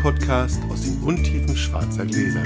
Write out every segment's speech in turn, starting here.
Podcast aus den Untiefen schwarzer Gläser.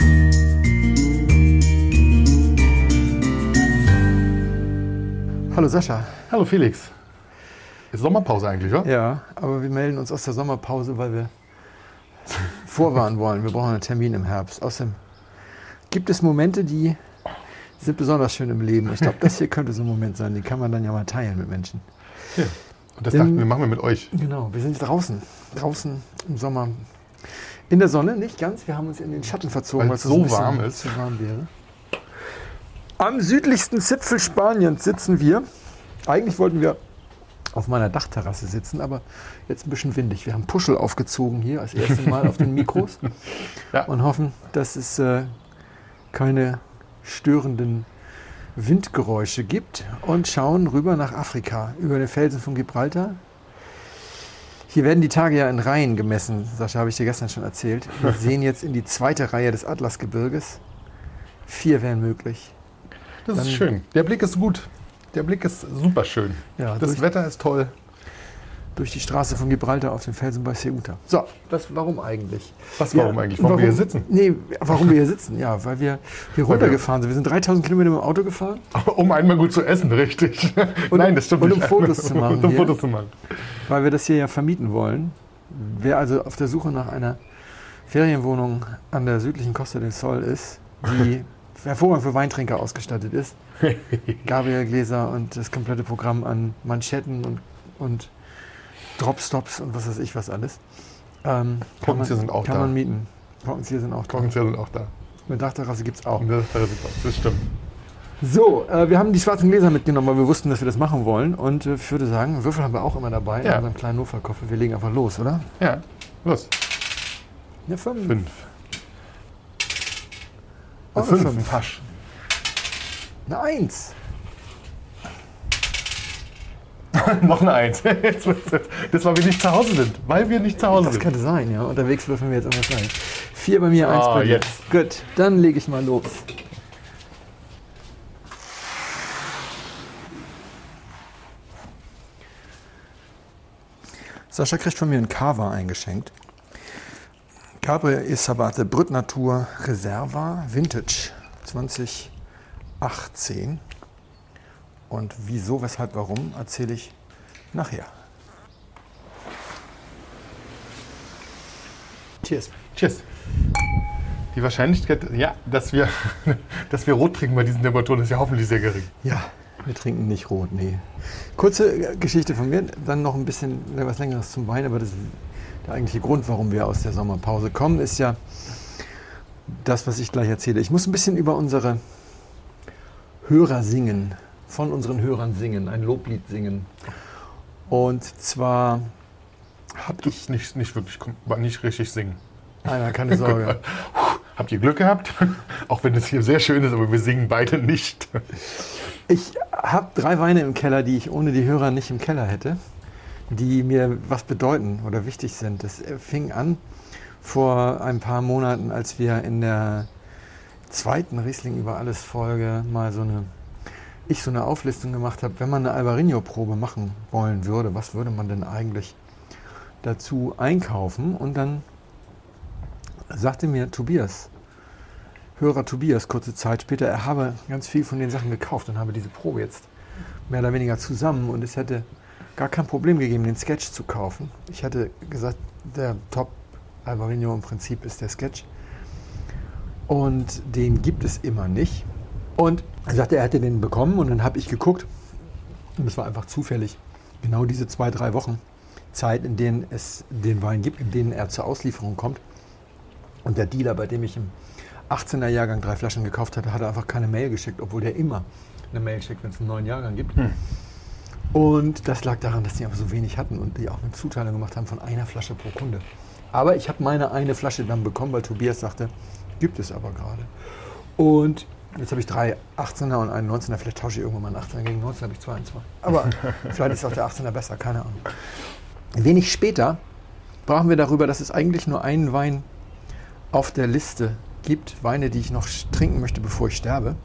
Hallo Sascha. Hallo Felix. Ist Sommerpause eigentlich, oder? Ja, aber wir melden uns aus der Sommerpause, weil wir vorwarnen wollen. Wir brauchen einen Termin im Herbst. Außerdem gibt es Momente, die sind besonders schön im Leben. Ich glaube, das hier könnte so ein Moment sein. Den kann man dann ja mal teilen mit Menschen. Ja. Und das dachten wir, machen wir mit euch. Genau, wir sind draußen im Sommer. In der Sonne, nicht ganz. Wir haben uns in den Schatten verzogen, weil es so warm ist. So warm wäre. Am südlichsten Zipfel Spaniens sitzen wir. Eigentlich wollten wir auf meiner Dachterrasse sitzen, aber jetzt ein bisschen windig. Wir haben Puschel aufgezogen hier als erstes Mal auf den Mikros Ja. und hoffen, dass es keine störenden Windgeräusche gibt und schauen rüber nach Afrika, über den Felsen von Gibraltar. Hier werden die Tage ja in Reihen gemessen, Sascha, habe ich dir gestern schon erzählt. Wir sehen jetzt in die zweite Reihe des Atlasgebirges. 4 wären möglich. Das ist schön. Der Blick ist gut. Der Blick ist super schön. Ja, das Wetter ist toll. Durch die Straße von Gibraltar auf den Felsen bei Ceuta. So, warum eigentlich? Warum eigentlich? Warum wir hier sitzen? Nee, warum wir hier sitzen? Ja, weil wir hier runtergefahren sind. Wir sind 3000 Kilometer mit dem Auto gefahren. Um einmal gut zu essen, richtig. Nein, das stimmt nicht. Und um Fotos zu machen. Um Fotos zu machen. Weil wir das hier ja vermieten wollen. Wer also auf der Suche nach einer Ferienwohnung an der südlichen Costa del Sol ist, die hervorragend für Weintrinker ausgestattet ist, Gabriel-Gläser und das komplette Programm an Manschetten und Dropstops und was weiß ich was alles. Korkenzieher sind auch da. Kann man mieten. Korkenzieher sind auch da. Korkenzieher sind auch da. Eine Dachterrasse gibt es auch. Das stimmt. So, wir haben die schwarzen Gläser mitgenommen, weil wir wussten, dass wir das machen wollen. Und ich würde sagen, Würfel haben wir auch immer dabei in unserem kleinen Notfallkoffer. Wir legen einfach los, oder? Ja, los. Eine 5. 5. Eine 5. Fasch. Eine 1. Noch eine 1. Das, weil wir nicht zu Hause sind. Weil wir nicht zu Hause Das sind. könnte sein, ja. Unterwegs würfeln wir jetzt irgendwas rein. 4 bei mir, 1 bei dir. Jetzt. Gut, dann lege ich mal los. Sascha kriegt von mir einen Cava eingeschenkt. Cabre e Sabate Brut Natur Reserva Vintage 2018. Und wieso, weshalb, warum, erzähle ich nachher. Cheers. Cheers. Die Wahrscheinlichkeit, dass wir rot trinken bei diesen Temperaturen, ist ja hoffentlich sehr gering. Ja, wir trinken nicht rot, nee. Kurze Geschichte von mir, dann noch ein bisschen was Längeres zum Wein, aber der eigentliche Grund, warum wir aus der Sommerpause kommen, ist ja das, was ich gleich erzähle. Ich muss ein bisschen über unsere Hörer singen, von unseren Hörern singen, ein Loblied singen. Und zwar Habt ihr nicht richtig singen. Nein, keine Sorge. Habt ihr Glück gehabt? Auch wenn es hier sehr schön ist, aber wir singen beide nicht. Ich habe 3 Weine im Keller, die ich ohne die Hörer nicht im Keller hätte, die mir was bedeuten oder wichtig sind. Das fing an vor ein paar Monaten, als wir in der 2. Riesling über alles Folge mal so eine Auflistung gemacht habe, wenn man eine Albarino-Probe machen wollen würde, was würde man denn eigentlich dazu einkaufen? Und dann sagte mir Hörer Tobias, kurze Zeit später, er habe ganz viel von den Sachen gekauft und habe diese Probe jetzt mehr oder weniger zusammen und es hätte gar kein Problem gegeben, den Sketch zu kaufen. Ich hatte gesagt, der Top Albarino im Prinzip ist der Sketch und den gibt es immer nicht. Und er sagte, er hätte den bekommen und dann habe ich geguckt und es war einfach zufällig genau diese 2-3 Wochen Zeit, in denen es den Wein gibt, in denen er zur Auslieferung kommt. Und der Dealer, bei dem ich im 18er Jahrgang 3 Flaschen gekauft hatte, hat einfach keine Mail geschickt, obwohl der immer eine Mail schickt, wenn es einen neuen Jahrgang gibt. Und das lag daran, dass die einfach so wenig hatten und die auch eine Zuteilung gemacht haben von einer Flasche pro Kunde. Aber ich habe meine eine Flasche dann bekommen, weil Tobias sagte, gibt es aber gerade. Und jetzt habe ich 3 18er und einen 19er. Vielleicht tausche ich irgendwann mal einen 18er gegen 19er, habe ich 2 und 2. Aber vielleicht ist auch der 18er besser, keine Ahnung. Wenig später sprachen wir darüber, dass es eigentlich nur einen Wein auf der Liste gibt. Weine, die ich noch trinken möchte, bevor ich sterbe.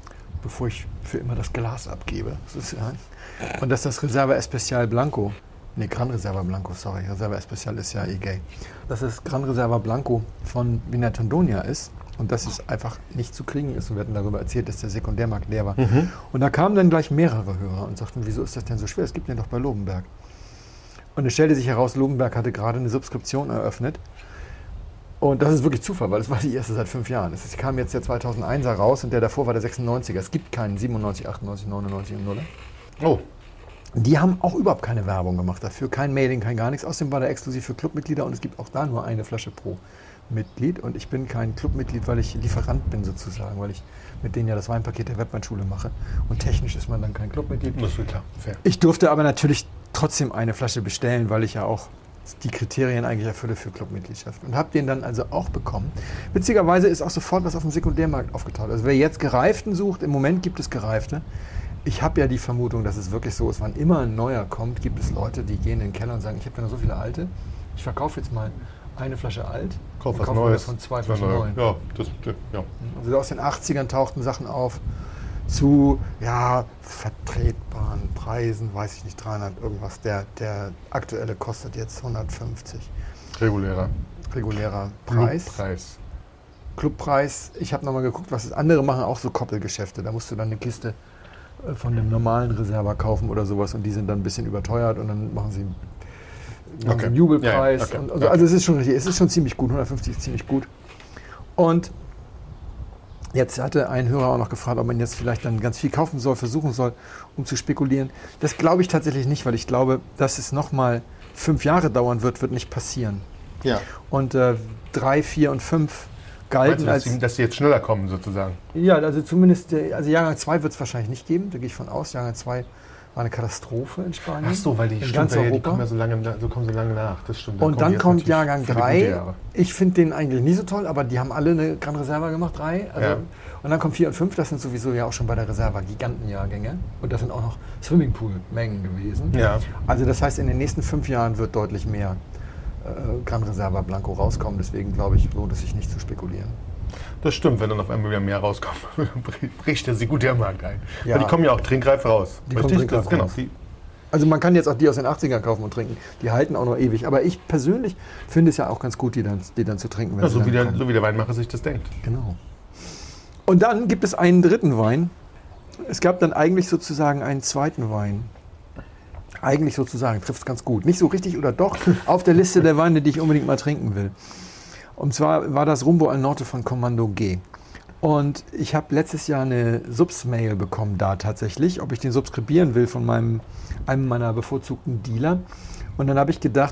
Bevor ich für immer das Glas abgebe, sozusagen. Und das ist das Reserva Especial Blanco Nee, Gran Reserva Blanco, sorry. Reserva Especial ist ja gay. Das ist Gran Reserva Blanco von Wiener Tondonia ist. Und dass es einfach nicht zu kriegen ist. Und wir hatten darüber erzählt, dass der Sekundärmarkt leer war. Und da kamen dann gleich mehrere Hörer und sagten, wieso ist das denn so schwer? Es gibt den doch bei Lobenberg. Und es stellte sich heraus, Lobenberg hatte gerade eine Subskription eröffnet. Und das ist wirklich Zufall, weil das war die erste seit 5 Jahren. Es kam jetzt der 2001er raus und der davor war der 96er. Es gibt keinen 97, 98, 99 und 0. Oh. Die haben auch überhaupt keine Werbung gemacht dafür. Kein Mailing, kein gar nichts. Außerdem war der exklusiv für Clubmitglieder und es gibt auch da nur eine Flasche pro Mitglied. Und ich bin kein Clubmitglied, weil ich Lieferant bin sozusagen, weil ich mit denen ja das Weinpaket der Webweinschule mache. Und technisch ist man dann kein Clubmitglied. Das ist klar, fair. Ich durfte aber natürlich trotzdem eine Flasche bestellen, weil ich ja auch die Kriterien eigentlich erfülle für Clubmitgliedschaft. Und habe den dann also auch bekommen. Witzigerweise ist auch sofort was auf dem Sekundärmarkt aufgetaucht. Also wer jetzt Gereiften sucht, im Moment gibt es Gereifte. Ich habe ja die Vermutung, dass es wirklich so ist, wann immer ein neuer kommt, gibt es Leute, die gehen in den Keller und sagen, ich habe ja noch so viele alte, ich verkaufe jetzt mal eine Flasche alt, Kauf was Neues. Von 2 Flaschen neuen. Ja. Also aus den 80ern tauchten Sachen auf zu vertretbaren Preisen, weiß ich nicht, 300 irgendwas. Der aktuelle kostet jetzt 150. Regulärer Preis. Clubpreis. Ich habe nochmal geguckt, was andere machen, auch so Koppelgeschäfte. Da musst du dann eine Kiste von dem normalen Reserva kaufen oder sowas und die sind dann ein bisschen überteuert und dann machen sie einen Jubelpreis. Ja, Also es ist schon richtig, es ist schon ziemlich gut, 150 ist ziemlich gut. Und jetzt hatte ein Hörer auch noch gefragt, ob man jetzt vielleicht dann ganz viel kaufen soll, versuchen soll, um zu spekulieren. Das glaube ich tatsächlich nicht, weil ich glaube, dass es nochmal 5 Jahre dauern wird nicht passieren. Ja. Und 3, 4 und 5 galten Meinst du, dass die jetzt schneller kommen sozusagen? Ja, also zumindest, Jahrgang 2 wird es wahrscheinlich nicht geben, da gehe ich von aus. Jahrgang 2 war eine Katastrophe in Spanien. Ach so, weil die kommen ja so lange nach. Das stimmt. Und dann kommt Jahrgang 3. Ich finde den eigentlich nie so toll, aber die haben alle eine Gran Reserva gemacht, 3. Also, und dann kommt 4 und 5, das sind sowieso ja auch schon bei der Reserva Gigantenjahrgänge. Und das sind auch noch Swimmingpool-Mengen gewesen. Ja. Also das heißt, in den nächsten 5 Jahren wird deutlich mehr Gran Reserva Blanco rauskommen. Deswegen glaube ich, lohnt es sich nicht zu spekulieren. Das stimmt, wenn dann auf einmal wieder mehr rauskommt, bricht der Sekundärmarkt ein. Ja. Weil die kommen ja auch trinkreif raus. Die kommen trinkreif raus. Also man kann jetzt auch die aus den 80ern kaufen und trinken. Die halten auch noch ewig. Aber ich persönlich finde es ja auch ganz gut, die dann zu trinken. Wenn so wie der Weinmacher sich das denkt. Genau. Und dann gibt es einen dritten Wein. Es gab dann eigentlich sozusagen einen zweiten Wein. Eigentlich sozusagen, trifft es ganz gut. Nicht so richtig oder doch, auf der Liste der Weine, die ich unbedingt mal trinken will. Und zwar war das Rumbo al Norte von Kommando G. Und ich habe letztes Jahr eine Subs-Mail bekommen da tatsächlich, ob ich den subskribieren will von einem meiner bevorzugten Dealer. Und dann habe ich gedacht,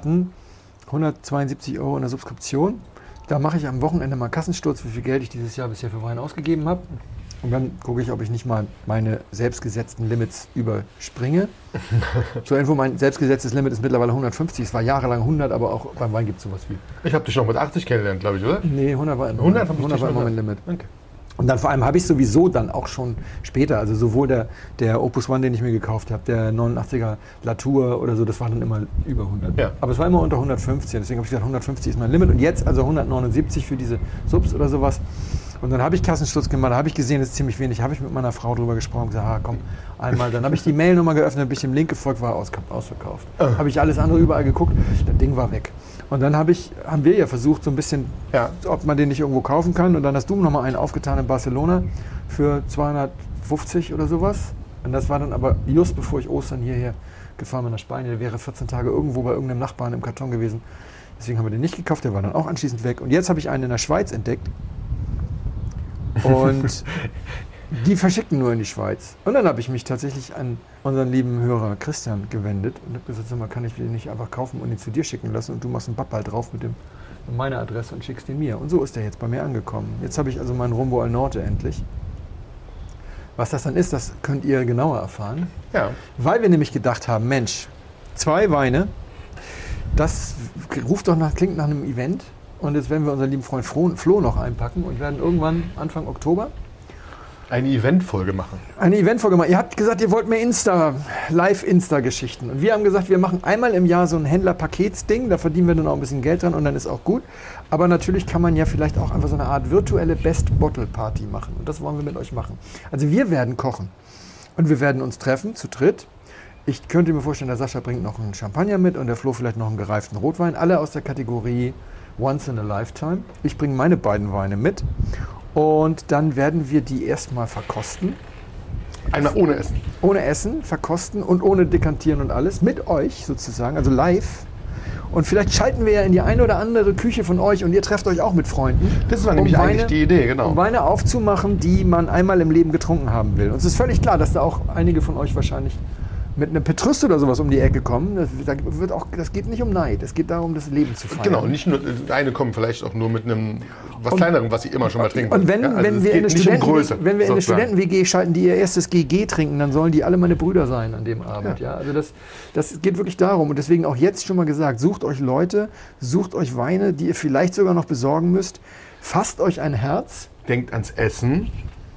172 € in der Subskription. Da mache ich am Wochenende mal Kassensturz, wie viel Geld ich dieses Jahr bisher für Wein ausgegeben habe. Und dann gucke ich, ob ich nicht mal meine selbstgesetzten Limits überspringe. Zur Info, mein selbstgesetztes Limit ist mittlerweile 150. Es war jahrelang 100, aber auch beim Wein gibt es sowas wie. Ich habe dich noch mit 80 kennengelernt, glaube ich, oder? Nee, 100 war immer mein Limit. Okay. Und dann vor allem habe ich sowieso dann auch schon später, also sowohl der Opus One, den ich mir gekauft habe, der 89er Latour oder so, das war dann immer über 100. Ja. Aber es war immer unter 150, deswegen habe ich gesagt, 150 ist mein Limit. Und jetzt also 179 für diese Subs oder sowas. Und dann habe ich Kassensturz gemacht, da habe ich gesehen, das ist ziemlich wenig, habe ich mit meiner Frau drüber gesprochen und gesagt, komm, einmal. Dann habe ich die Mailnummer geöffnet, bin ich dem Link gefolgt, war ausverkauft. Habe ich alles andere überall geguckt, das Ding war weg. Und dann haben wir ja versucht, so ein bisschen, ob man den nicht irgendwo kaufen kann. Und dann hast du nochmal einen aufgetan in Barcelona für 250 oder sowas. Und das war dann aber just bevor ich Ostern hierher gefahren bin nach Spanien. Der wäre 14 Tage irgendwo bei irgendeinem Nachbarn im Karton gewesen. Deswegen haben wir den nicht gekauft, der war dann auch anschließend weg. Und jetzt habe ich einen in der Schweiz entdeckt. Und die verschickten nur in die Schweiz. Und dann habe ich mich tatsächlich an unseren lieben Hörer Christian gewendet und habe gesagt, sag mal, kann ich den nicht einfach kaufen und ihn zu dir schicken lassen und du machst einen Bappal drauf mit meiner Adresse und schickst den mir. Und so ist der jetzt bei mir angekommen. Jetzt habe ich also meinen Rumbo al Norte endlich. Was das dann ist, das könnt ihr genauer erfahren. Ja. Weil wir nämlich gedacht haben, Mensch, 2 Weine, das klingt nach einem Event. Und jetzt werden wir unseren lieben Freund Flo noch einpacken und werden irgendwann Anfang Oktober eine Eventfolge machen. Ihr habt gesagt, ihr wollt mehr Live-Insta-Geschichten. Und wir haben gesagt, wir machen einmal im Jahr so ein Händler-Pakets-Ding, da verdienen wir dann auch ein bisschen Geld dran und dann ist auch gut. Aber natürlich kann man ja vielleicht auch einfach so eine Art virtuelle Best-Bottle-Party machen. Und das wollen wir mit euch machen. Also wir werden kochen und wir werden uns treffen, zu dritt, Ich könnte mir vorstellen, der Sascha bringt noch einen Champagner mit und der Flo vielleicht noch einen gereiften Rotwein. Alle aus der Kategorie Once in a Lifetime. Ich bringe meine beiden Weine mit und dann werden wir die erstmal verkosten. Einmal ohne Essen. Ohne Essen, verkosten und ohne Dekantieren und alles. Mit euch sozusagen, also live. Und vielleicht schalten wir ja in die eine oder andere Küche von euch und ihr trefft euch auch mit Freunden. Das war nämlich eigentlich die Idee, genau. Um Weine aufzumachen, die man einmal im Leben getrunken haben will. Und es ist völlig klar, dass da auch einige von euch wahrscheinlich mit einem Petrus oder sowas um die Ecke kommen. Das geht nicht um Neid, es geht darum, das Leben zu feiern. Genau, nicht nur eine kommen vielleicht auch nur mit einem was Kleinerem, was sie immer schon mal trinken. Und wenn wir in eine Studenten-WG schalten, die ihr erstes GG trinken, dann sollen die alle meine Brüder sein an dem Abend. Ja. Also das geht wirklich darum. Und deswegen auch jetzt schon mal gesagt, sucht euch Leute, sucht euch Weine, die ihr vielleicht sogar noch besorgen müsst. Fasst euch ein Herz. Denkt ans Essen.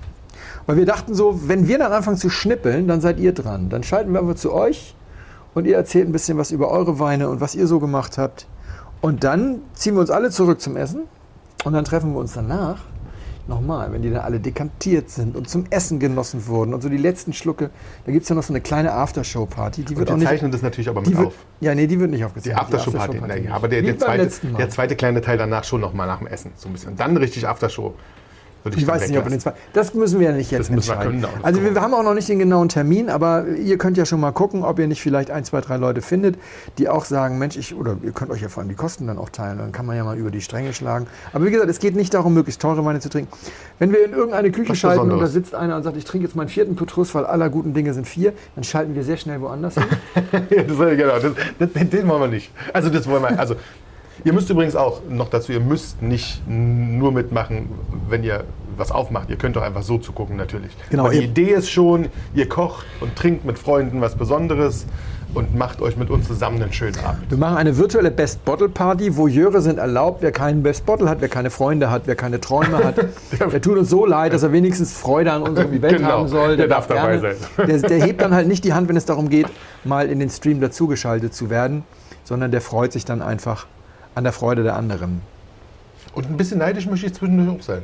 Weil wir dachten so, wenn wir dann anfangen zu schnippeln, dann seid ihr dran. Dann schalten wir einfach zu euch und ihr erzählt ein bisschen was über eure Weine und was ihr so gemacht habt. Und dann ziehen wir uns alle zurück zum Essen und dann treffen wir uns danach nochmal, wenn die dann alle dekantiert sind und zum Essen genossen wurden und so die letzten Schlucke. Da gibt es ja noch so eine kleine Aftershow-Party. Die wird und die zeichnen das natürlich aber mit auf. Ja, nee, die wird nicht aufgezeichnet. Die Aftershow-Party, naja, aber der zweite kleine Teil danach schon nochmal nach dem Essen. So ein bisschen. Und dann richtig Aftershow. Ich weiß nicht, ob wir den zweiten. Das müssen wir ja nicht jetzt entscheiden. Also wir haben auch noch nicht den genauen Termin, aber ihr könnt ja schon mal gucken, ob ihr nicht vielleicht 1, 2, 3 Leute findet, die auch sagen, Mensch, oder ihr könnt euch ja vor allem die Kosten dann auch teilen, dann kann man ja mal über die Stränge schlagen. Aber wie gesagt, es geht nicht darum, möglichst teure Weine zu trinken. Wenn wir in irgendeine Küche schalten und da sitzt einer und sagt, ich trinke jetzt meinen 4. Petrus, weil aller guten Dinge sind 4, dann schalten wir sehr schnell woanders hin. Ja, den wollen wir nicht. Also das wollen wir. Also ihr müsst übrigens auch noch dazu, ihr müsst nicht nur mitmachen, wenn ihr was aufmacht. Ihr könnt doch einfach so zugucken natürlich. Genau. Aber die Idee ist schon, ihr kocht und trinkt mit Freunden was Besonderes und macht euch mit uns zusammen einen schönen Abend. Wir machen eine virtuelle Best-Bottle-Party. Voyeure sind erlaubt. Wer keinen Best-Bottle hat, wer keine Freunde hat, wer keine Träume hat, der tut uns so leid, dass er wenigstens Freude an unserem Event haben soll. Der darf dabei sein. Der hebt dann halt nicht die Hand, wenn es darum geht, mal in den Stream dazugeschaltet zu werden, sondern der freut sich dann einfach an der Freude der anderen. Und ein bisschen neidisch möchte ich zwischendurch auch sein.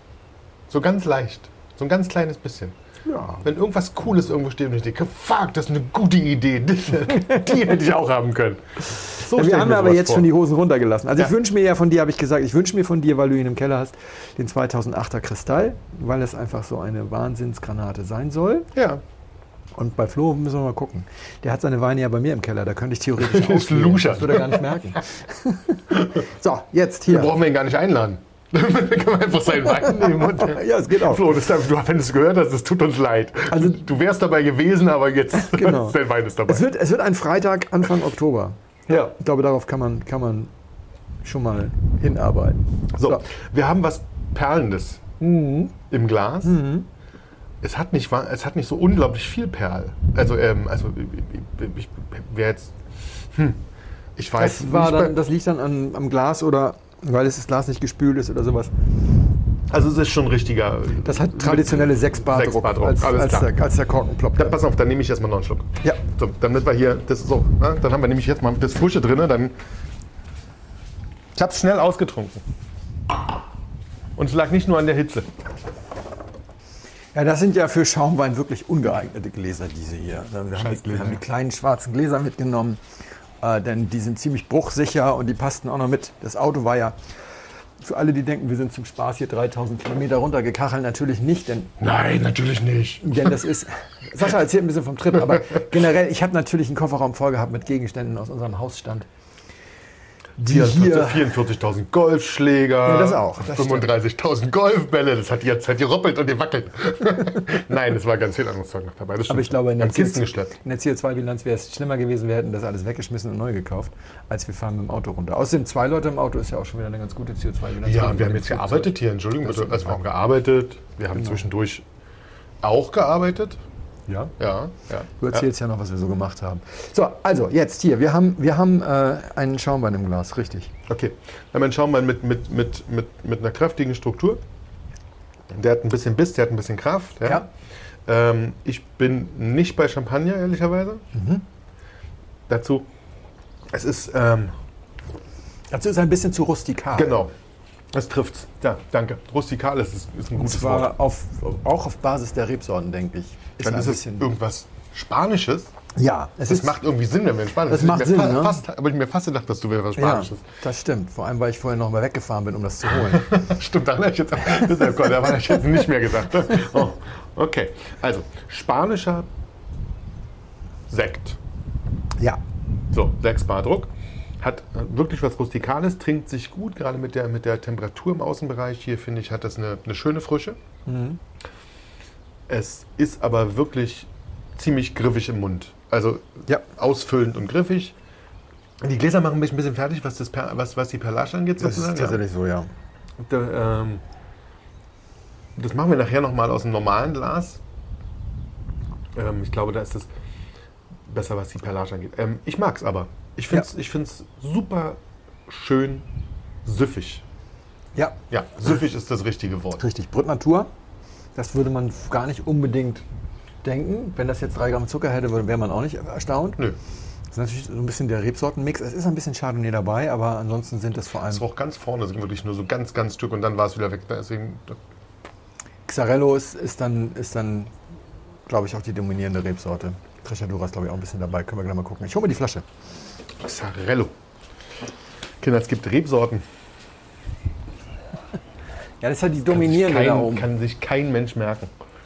So ganz leicht. So ein ganz kleines bisschen. Ja. Wenn irgendwas Cooles irgendwo steht und ich denke, fuck, das ist eine gute Idee. Die hätte ich auch haben können. So ja, wir haben aber jetzt schon die Hosen runtergelassen. Also ja. Ich wünsche mir ja von dir, habe ich gesagt, ich wünsche mir von dir, weil du ihn im Keller hast, den 2008er Kristall, weil es einfach so eine Wahnsinnsgranate sein soll. Ja. Und bei Flo müssen wir mal gucken. Der hat seine Weine ja bei mir im Keller, da könnte ich theoretisch auswählen. Das würde er gar nicht merken. So, jetzt hier. Da brauchen wir ihn gar nicht einladen. Dann kann man einfach seinen Wein nehmen. Und ja, es geht auch. Flo, wenn du es gehört hast, es tut uns leid. Also, du wärst dabei gewesen, aber jetzt genau. Dein Wein ist dabei. Es wird ein Freitag, Anfang Oktober. Ja. Ich glaube, darauf kann man schon mal hinarbeiten. So, wir haben was Perlendes im Glas. Mhm. Es hat nicht so unglaublich viel Perl. Also ich wäre jetzt... Ich weiß das liegt dann am Glas oder weil das Glas nicht gespült ist oder sowas. Also es ist schon richtiger... Das hat traditionelle 6 Bar Druck, als der Korken ploppt. Dann pass auf, dann nehme ich erstmal noch einen Schluck. Ja. So, damit wir hier... Das ist so, ne? Dann haben wir nämlich jetzt mal das Frische drin. Ich habe es schnell ausgetrunken. Und es lag nicht nur an der Hitze. Ja, das sind ja für Schaumwein wirklich ungeeignete Gläser, diese hier. Wir haben die kleinen schwarzen Gläser mitgenommen, denn die sind ziemlich bruchsicher und die passten auch noch mit. Das Auto war ja, für alle, die denken, wir sind zum Spaß hier 3000 Kilometer runtergekachelt, natürlich nicht. Nein, natürlich nicht. Denn das ist, Sascha erzählt ein bisschen vom Trip, aber generell, ich habe natürlich einen Kofferraum voll gehabt mit Gegenständen aus unserem Hausstand. Die 44.000 Golfschläger, ja, das auch, 35.000 Golfbälle, das hat jetzt geroppelt und gewackelt. Nein, es war ganz viel anderes Zeug noch dabei. Aber ich glaube, in der CO2-Bilanz wäre es schlimmer gewesen, wir hätten das alles weggeschmissen und neu gekauft, als wir fahren mit dem Auto runter. Außerdem 2 Leute im Auto ist ja auch schon wieder eine ganz gute CO2-Bilanz. Ja, wir haben jetzt gearbeitet hier, Entschuldigung bitte. Also wir haben gearbeitet, wir haben zwischendurch auch gearbeitet. Ja. Du erzählst ja noch, was wir so gemacht haben. So, also jetzt hier, wir haben einen Schaumwein im Glas, richtig. Okay, wir haben einen Schaumwein mit einer kräftigen Struktur. Der hat ein bisschen Biss, der hat ein bisschen Kraft. Ja. Ich bin nicht bei Champagner, ehrlicherweise. Dazu ist ein bisschen zu rustikal. Genau. Das trifft's. Ja, danke. Rustikal ist ein gutes Wort. Auch auf Basis der Rebsorten, denke ich. Dann ist es irgendwas Spanisches. Ja, das macht irgendwie Sinn, wenn wir in Spanien sind. Das macht Sinn, ne? Aber ich mir fast gedacht, dass du wieder was Spanisches. Ja, das stimmt. Vor allem, weil ich vorher noch mal weggefahren bin, um das zu holen. Stimmt, da habe ich jetzt, da war ich jetzt nicht mehr gedacht. Oh, okay, also spanischer Sekt. Ja. So, 6 Bar Druck. Hat wirklich was Rustikales, trinkt sich gut, gerade mit der Temperatur im Außenbereich. Hier, finde ich, hat das eine schöne Frische. Mhm. Es ist aber wirklich ziemlich griffig im Mund. Also ausfüllend und griffig. Die Gläser machen mich ein bisschen fertig, was die Perlage angeht. Das ist tatsächlich so, ja. Das machen wir nachher nochmal aus einem normalen Glas. Ich glaube, da ist es besser, was die Perlage angeht. Ich mag es aber. Ich finde es super schön süffig. Ja. Ja, süffig ist das richtige Wort. Richtig. Brut Natur, das würde man gar nicht unbedingt denken. Wenn das jetzt 3 Gramm Zucker hätte, wäre man auch nicht erstaunt. Nö. Das ist natürlich so ein bisschen der Rebsortenmix. Es ist ein bisschen Chardonnay dabei, aber ansonsten sind es vor allem... Das war auch ganz vorne, sind wirklich nur so ganz, ganz Stück und dann war es wieder weg. Deswegen... Xarello ist dann, glaube ich, auch die dominierende Rebsorte. Trechadoura ist, glaube ich, auch ein bisschen dabei. Können wir gleich mal gucken. Ich hole mir die Flasche. Xarello. Kinder, es gibt Rebsorten. Ja, das ist ja die dominierende da oben. Kann sich kein Mensch merken.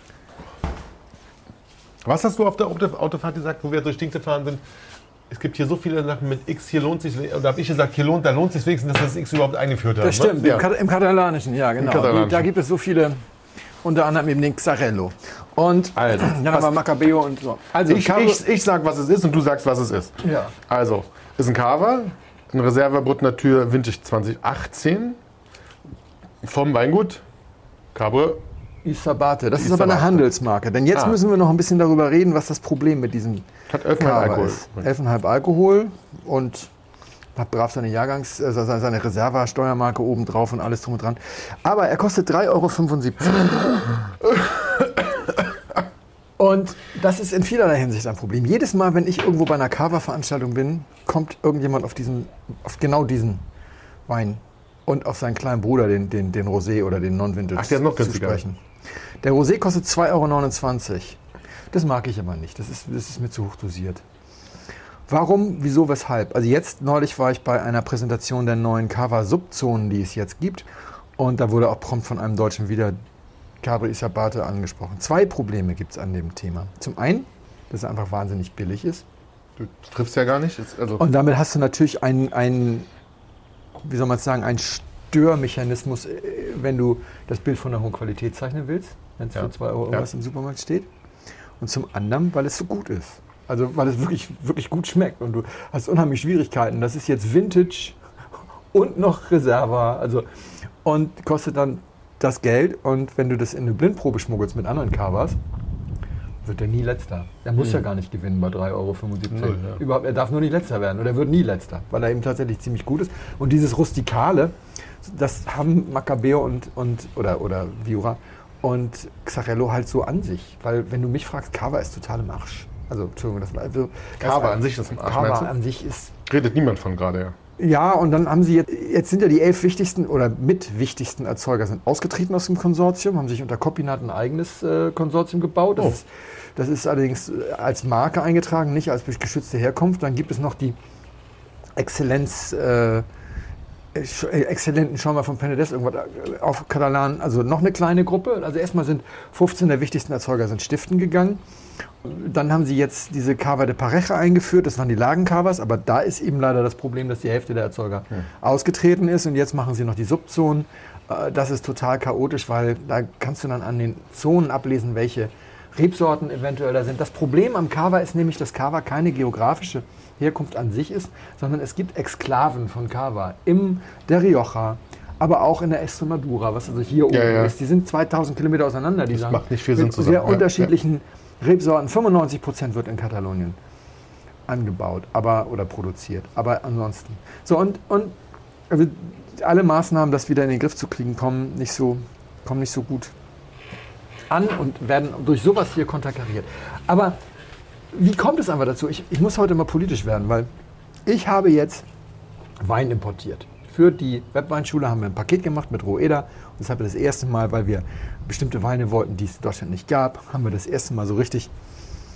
Was hast du auf der Autofahrt gesagt, wo wir durch Dings gefahren sind? Es gibt hier so viele Sachen mit X, hier lohnt sich, oder habe ich gesagt, da lohnt sich wenigstens, dass wir das X überhaupt eingeführt haben. Das stimmt, ne? Im Katalanischen, ja genau. Da gibt es so viele, unter anderem eben den Xarello. Und also, dann haben wir Macabeo und so. Also ich sag, was es ist und du sagst, was es ist. Ja. Also, ist ein Cava, ein Reserva Brut Natur Vintage 2018 vom Weingut Cabre Isabate. Das ist aber eine Handelsmarke. Denn jetzt müssen wir noch ein bisschen darüber reden, was das Problem mit diesem hat 11,5 Alkohol ist. 11,5 Alkohol und hat brav seine seine Reserva-Steuermarke oben drauf und alles drum und dran. Aber er kostet 3,75 €. Und das ist in vielerlei Hinsicht ein Problem. Jedes Mal, wenn ich irgendwo bei einer Cava-Veranstaltung bin, kommt irgendjemand auf genau diesen Wein und auf seinen kleinen Bruder, den Rosé oder den Non-Vintage. Ach, der ist noch günstiger. Der Rosé kostet 2,29 €. Das mag ich aber nicht. Das ist mir zu hoch dosiert. Warum, wieso, weshalb? Also jetzt neulich war ich bei einer Präsentation der neuen Cava-Subzonen, die es jetzt gibt. Und da wurde auch prompt von einem Deutschen wieder Cabre Isabate angesprochen. 2 Probleme gibt es an dem Thema. Zum einen, dass es einfach wahnsinnig billig ist. Du triffst ja gar nicht. Und damit hast du natürlich einen Störmechanismus, wenn du das Bild von einer hohen Qualität zeichnen willst, wenn es für 2 € irgendwas im Supermarkt steht. Und zum anderen, weil es so gut ist. Also weil es wirklich, wirklich gut schmeckt und du hast unheimlich Schwierigkeiten. Das ist jetzt Vintage und noch Reserva. Und kostet dann das Geld. Und wenn du das in eine Blindprobe schmuggelst mit anderen Cavas, wird er nie Letzter. Er muss ja gar nicht gewinnen bei 3,75 €. Überhaupt, er darf nur nicht Letzter werden. Und er wird nie Letzter, weil er eben tatsächlich ziemlich gut ist. Und dieses Rustikale, das haben Macabeo oder Viura und Xarello halt so an sich. Weil wenn du mich fragst, Cava ist total im Arsch. Cava an sich ist im Arsch. Cava an sich ist... Redet niemand von gerade, ja. Ja, und dann haben sie jetzt sind ja die 11 wichtigsten oder mitwichtigsten Erzeuger sind ausgetreten aus dem Konsortium, haben sich unter Copinat ein eigenes Konsortium gebaut. Das ist allerdings als Marke eingetragen, nicht als geschützte Herkunft. Dann gibt es noch die exzellenten Schaumer von Penedès, irgendwas auf Katalan, also noch eine kleine Gruppe. Also erstmal sind 15 der wichtigsten Erzeuger sind stiften gegangen. Dann haben sie jetzt diese Cava de Pareja eingeführt, das waren die Lagen-Cavas, aber da ist eben leider das Problem, dass die Hälfte der Erzeuger ausgetreten ist und jetzt machen sie noch die Subzonen. Das ist total chaotisch, weil da kannst du dann an den Zonen ablesen, welche Rebsorten eventuell da sind. Das Problem am Cava ist nämlich, dass Cava keine geografische Herkunft an sich ist, sondern es gibt Exklaven von Cava der Rioja, aber auch in der Estremadura, was also hier oben ist. Die sind 2000 Kilometer auseinander. Das macht nicht viel Sinn zusammen. Sehr unterschiedlichen Rebsorten. 95% wird in Katalonien angebaut oder produziert. Aber ansonsten. So, und also alle Maßnahmen, das wieder in den Griff zu kriegen, kommen nicht so gut an und werden durch sowas hier konterkariert. Aber wie kommt es einfach dazu? Ich muss heute mal politisch werden, weil ich habe jetzt Wein importiert. Für die Webweinschule haben wir ein Paket gemacht mit Roeda. Und das haben wir das erste Mal, weil wir bestimmte Weine wollten, die es in Deutschland nicht gab, haben wir das erste Mal so richtig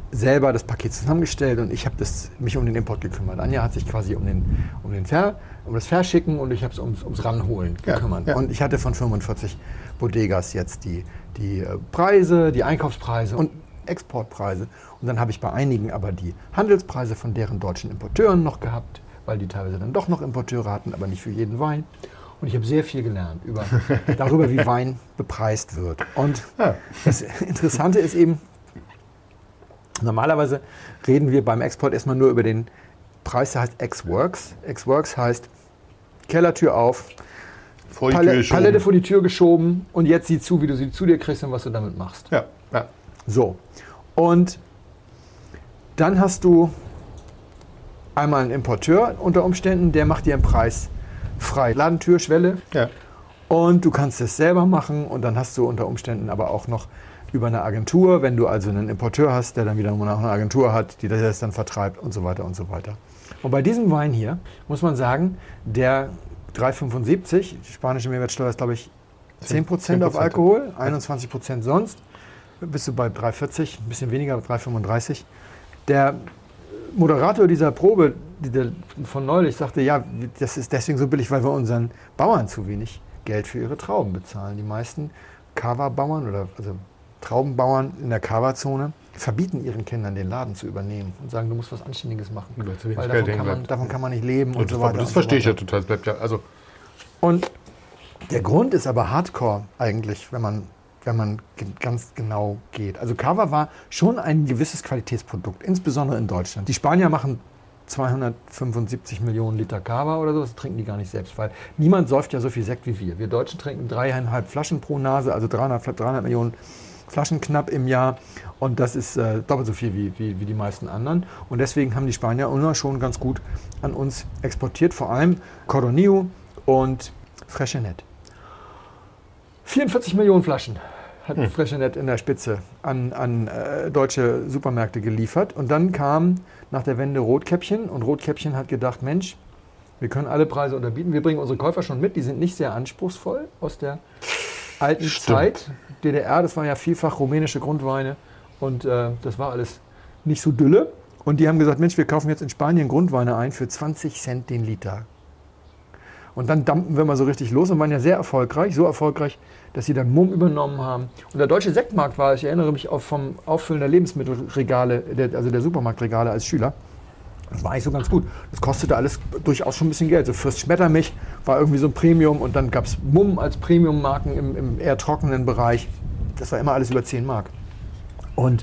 selber das Paket zusammengestellt und ich habe mich um den Import gekümmert. Anja hat sich quasi um das Verschicken und ich habe es ums Ranholen gekümmert. Ja. Und ich hatte von 45 Bodegas jetzt die Preise, die Einkaufspreise und Exportpreise. Und dann habe ich bei einigen aber die Handelspreise von deren deutschen Importeuren noch gehabt, weil die teilweise dann doch noch Importeure hatten, aber nicht für jeden Wein. Und ich habe sehr viel gelernt darüber, wie Wein bepreist wird. Und das Interessante ist eben, normalerweise reden wir beim Export erstmal nur über den Preis, der heißt Ex-Works. Ex-Works heißt Kellertür auf, Palette vor die Tür geschoben und jetzt sieh zu, wie du sie zu dir kriegst und was du damit machst. Ja. So. Und dann hast du einmal einen Importeur unter Umständen, der macht dir einen Preis frei. Ladentür, Schwelle. Ja. Und du kannst es selber machen und dann hast du unter Umständen aber auch noch über eine Agentur, wenn du also einen Importeur hast, der dann wiederum noch eine Agentur hat, die das dann vertreibt und so weiter und so weiter. Und bei diesem Wein hier muss man sagen, der 3,75, die spanische Mehrwertsteuer ist glaube ich 10% auf Alkohol, 21% sonst, bist du bei 3,40, ein bisschen weniger, 3,35. Der Moderator dieser Probe von neulich sagte, ja, das ist deswegen so billig, weil wir unseren Bauern zu wenig Geld für ihre Trauben bezahlen. Die meisten Cava-Bauern oder also Traubenbauern in der Cava-Zone verbieten ihren Kindern, den Laden zu übernehmen und sagen, du musst was Anständiges machen, weil davon kann man nicht leben und so weiter. Das verstehe ich ja total. Bleibt ja, also. Und der Grund ist aber Hardcore eigentlich, wenn man ganz genau geht. Also Cava war schon ein gewisses Qualitätsprodukt, insbesondere in Deutschland. Die Spanier machen 275 Millionen Liter Cava oder so, das trinken die gar nicht selbst, weil niemand säuft ja so viel Sekt wie wir. Wir Deutschen trinken 3,5 Flaschen pro Nase, also 300 Millionen Flaschen knapp im Jahr und das ist doppelt so viel wie die meisten anderen. Und deswegen haben die Spanier immer schon ganz gut an uns exportiert, vor allem Cordonillo und Freixenet. 44 Millionen Flaschen hat Freixenet in der Spitze an deutsche Supermärkte geliefert. Und dann kam nach der Wende Rotkäppchen und Rotkäppchen hat gedacht, Mensch, wir können alle Preise unterbieten. Wir bringen unsere Käufer schon mit, die sind nicht sehr anspruchsvoll aus der alten Zeit. DDR, das waren ja vielfach rumänische Grundweine und das war alles nicht so dülle. Und die haben gesagt, Mensch, wir kaufen jetzt in Spanien Grundweine ein für 20 Cent den Liter. Und dann dampfen wir mal so richtig los und waren ja sehr erfolgreich, so erfolgreich, dass sie dann Mumm übernommen haben. Und der deutsche Sektmarkt war, ich erinnere mich vom Auffüllen der Lebensmittelregale, also der Supermarktregale als Schüler, das war eigentlich so ganz gut. Das kostete alles durchaus schon ein bisschen Geld. So Fürst Schmettermich war irgendwie so ein Premium und dann gab es Mumm als Premium-Marken im eher trockenen Bereich. Das war immer alles über 10 Mark. Und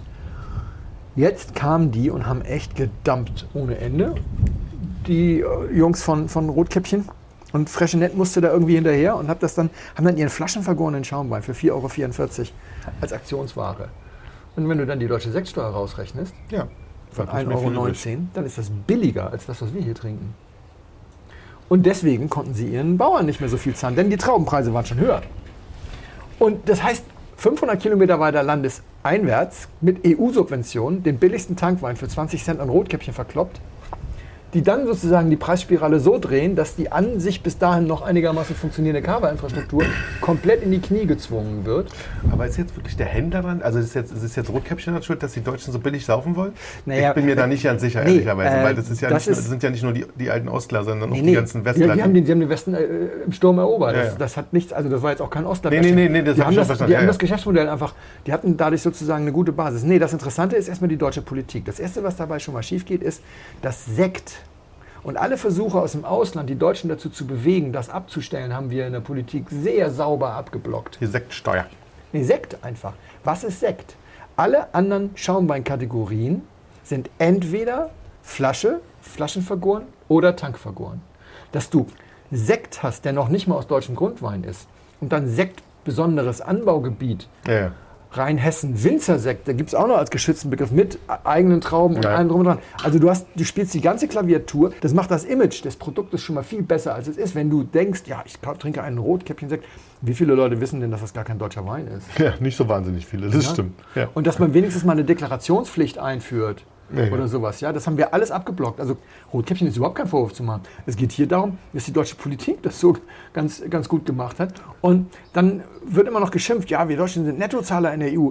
jetzt kamen die und haben echt gedumpt ohne Ende. Die Jungs von Rotkäppchen. Und Freixenet musste da irgendwie hinterher und haben dann ihren flaschenvergorenen Schaumwein für 4,44 € als Aktionsware. Und wenn du dann die deutsche Sektsteuer rausrechnest, von 1,19 €, dann ist das billiger als das, was wir hier trinken. Und deswegen konnten sie ihren Bauern nicht mehr so viel zahlen, denn die Traubenpreise waren schon höher. Und das heißt, 500 Kilometer weiter landeseinwärts mit EU-Subventionen den billigsten Tankwein für 20 Cent an Rotkäppchen verkloppt, die dann sozusagen die Preisspirale so drehen, dass die an sich bis dahin noch einigermaßen funktionierende Cava-Infrastruktur komplett in die Knie gezwungen wird. Aber ist jetzt wirklich der Händler dran? Also ist jetzt Rotkäppchen schuld, dass die Deutschen so billig saufen wollen? Naja, ich bin mir da nicht ganz sicher, ehrlicherweise, weil das sind ja nicht nur die alten Ostler, sondern auch die ganzen Westler. Die haben den Westen im Sturm erobert. Das hat nichts, also das war jetzt auch kein Ostler. Nee, das habe ich schon verstanden. Die haben das Geschäftsmodell einfach, die hatten dadurch sozusagen eine gute Basis. Nee, das Interessante ist erstmal die deutsche Politik. Das Erste, was dabei schon mal schief geht, ist, dass Sekt und alle Versuche aus dem Ausland, die Deutschen dazu zu bewegen, das abzustellen, haben wir in der Politik sehr sauber abgeblockt. Die Sektsteuer. Nee, Sekt einfach. Was ist Sekt? Alle anderen Schaumweinkategorien sind entweder Flaschenvergoren oder Tankvergoren. Dass du Sekt hast, der noch nicht mal aus deutschem Grundwein ist und dann Sekt besonderes Anbaugebiet, Rheinhessen Winzersekt, da gibt es auch noch als geschützten Begriff mit eigenen Trauben und allem drum und dran. Also du spielst die ganze Klaviatur, das macht das Image des Produktes schon mal viel besser, als es ist, wenn du denkst, ja, ich trinke einen Rotkäppchensekt. Wie viele Leute wissen denn, dass das gar kein deutscher Wein ist? Ja, nicht so wahnsinnig viele, das stimmt. Ja. Und dass man wenigstens mal eine Deklarationspflicht einführt. Oder sowas, ja, das haben wir alles abgeblockt. Also Rotkäppchen ist überhaupt kein Vorwurf zu machen. Es geht hier darum, dass die deutsche Politik das so ganz gut gemacht hat. Und dann wird immer noch geschimpft, ja, wir Deutschen sind Nettozahler in der EU.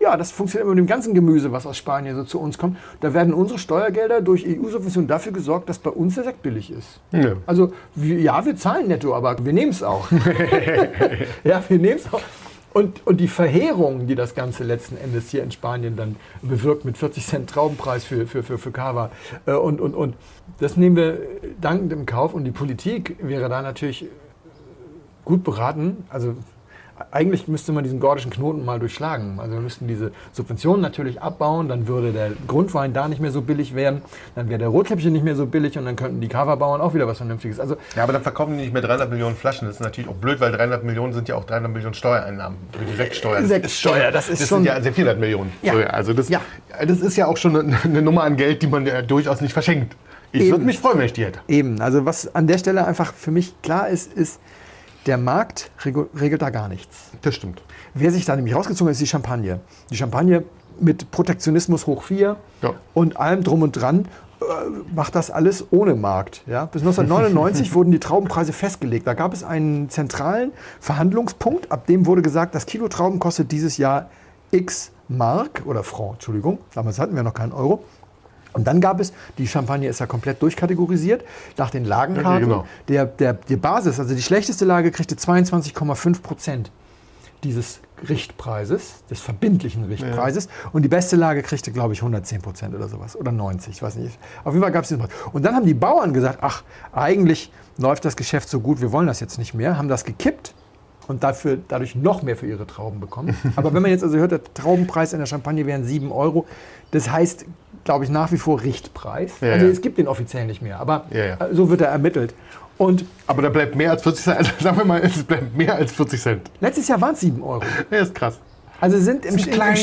Ja, das funktioniert immer mit dem ganzen Gemüse, was aus Spanien so zu uns kommt. Da werden unsere Steuergelder durch EU-Subventionen dafür gesorgt, dass bei uns der Sekt billig ist. Ja. Also, wir zahlen netto, aber wir nehmen es auch. Ja, wir nehmen es auch. Und die Verheerung, die das Ganze letzten Endes hier in Spanien dann bewirkt mit 40 Cent Traubenpreis für Cava und das nehmen wir dankend im Kauf. Und die Politik wäre da natürlich gut beraten. Also eigentlich müsste man diesen gordischen Knoten mal durchschlagen. Also wir müssten diese Subventionen natürlich abbauen, dann würde der Grundwein da nicht mehr so billig werden, dann wäre der Rotkäppchen nicht mehr so billig und dann könnten die Cava-Bauern auch wieder was Vernünftiges. Also ja, aber dann verkaufen die nicht mehr 300 Millionen Flaschen. Das ist natürlich auch blöd, weil 300 Millionen sind ja auch 300 Millionen Steuereinnahmen für die Sektsteuer. Sektsteuer, das sind schon... ja sehr 400 Millionen. Ja. Also das ist ja auch schon eine Nummer an Geld, die man ja durchaus nicht verschenkt. Ich würde mich freuen, wenn ich die hätte. Eben, also was an der Stelle einfach für mich klar ist, der Markt regelt da gar nichts. Das stimmt. Wer sich da nämlich rausgezogen hat, ist die Champagne. Die Champagne mit Protektionismus hoch 4 und allem drum und dran macht das alles ohne Markt. Ja? Bis 1999 wurden die Traubenpreise festgelegt. Da gab es einen zentralen Verhandlungspunkt, ab dem wurde gesagt, das Kilo Trauben kostet dieses Jahr X Mark oder Franc, Entschuldigung, damals hatten wir noch keinen Euro. Und dann gab es, die Champagne ist ja komplett durchkategorisiert, nach den Lagenkarten. Ja, genau. Die Basis, also die schlechteste Lage, kriegte 22,5% dieses Richtpreises, des verbindlichen Richtpreises. Ja. Und die beste Lage kriegte, glaube ich, 110% oder sowas. Oder 90, ich weiß nicht. Auf jeden Fall gab es diesen Preis. Und dann haben die Bauern gesagt, ach, eigentlich läuft das Geschäft so gut, wir wollen das jetzt nicht mehr, haben das gekippt und dadurch noch mehr für ihre Trauben bekommen. Aber wenn man jetzt also hört, der Traubenpreis in der Champagne wären 7 Euro, das heißt, glaube ich, nach wie vor Richtpreis. Ja, also es gibt den offiziell nicht mehr, aber so wird er ermittelt. Aber da bleibt mehr als 40 Cent. Also sagen wir mal, es bleibt mehr als 40 Cent. Letztes Jahr waren es 7 Euro. Ja, ist krass. Also sind im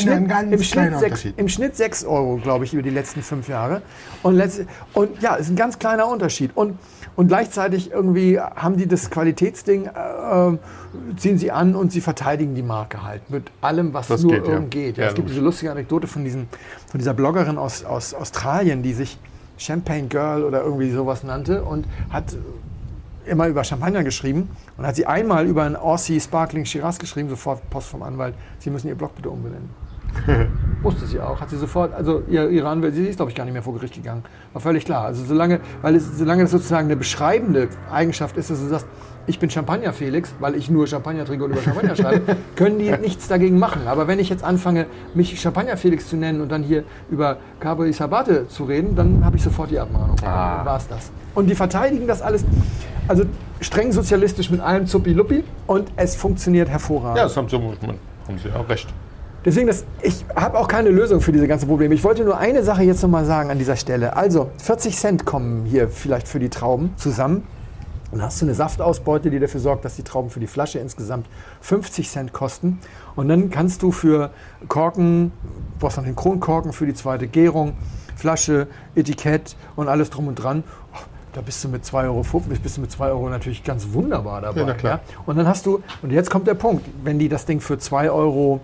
Schnitt 6 Euro, glaube ich, über die letzten 5 Jahre. Und ja, ist ein ganz kleiner Unterschied. Und gleichzeitig irgendwie haben die das Qualitätsding, ziehen sie an und sie verteidigen die Marke halt mit allem, was nur irgend geht. Ja, es gibt diese lustige Anekdote von dieser Bloggerin aus Australien, die sich Champagne Girl oder irgendwie sowas nannte und hat immer über Champagner geschrieben und hat sie einmal über einen Aussie Sparkling Shiraz geschrieben, sofort Post vom Anwalt, Sie müssen Ihr Blog bitte umbenennen. Wusste sie auch, hat sie sofort, also ihre Anwälte, sie ist glaube ich gar nicht mehr vor Gericht gegangen, war völlig klar. Also solange das sozusagen eine beschreibende Eigenschaft ist, dass du sagst, ich bin Champagner Felix, weil ich nur Champagner trinke und über Champagner schreibe, können die nichts dagegen machen. Aber wenn ich jetzt anfange, mich Champagner Felix zu nennen und dann hier über Cabo y Sabate zu reden, dann habe ich sofort die Abmahnung. Dann war es das. Und die verteidigen das alles, also streng sozialistisch mit allem Zuppi-Luppi und es funktioniert hervorragend. Ja, das haben sie auch recht. Deswegen, ich habe auch keine Lösung für diese ganzen Probleme. Ich wollte nur eine Sache jetzt nochmal sagen an dieser Stelle. Also 40 Cent kommen hier vielleicht für die Trauben zusammen. Dann hast du eine Saftausbeute, die dafür sorgt, dass die Trauben für die Flasche insgesamt 50 Cent kosten. Und dann kannst du für Korken, du brauchst noch den Kronkorken für die zweite Gärung, Flasche, Etikett und alles drum und dran. Da bist du mit 2,50 Euro natürlich ganz wunderbar dabei. Ja, na klar. Ja? Und dann hast du, und jetzt kommt der Punkt, wenn die das Ding für 2,10 Euro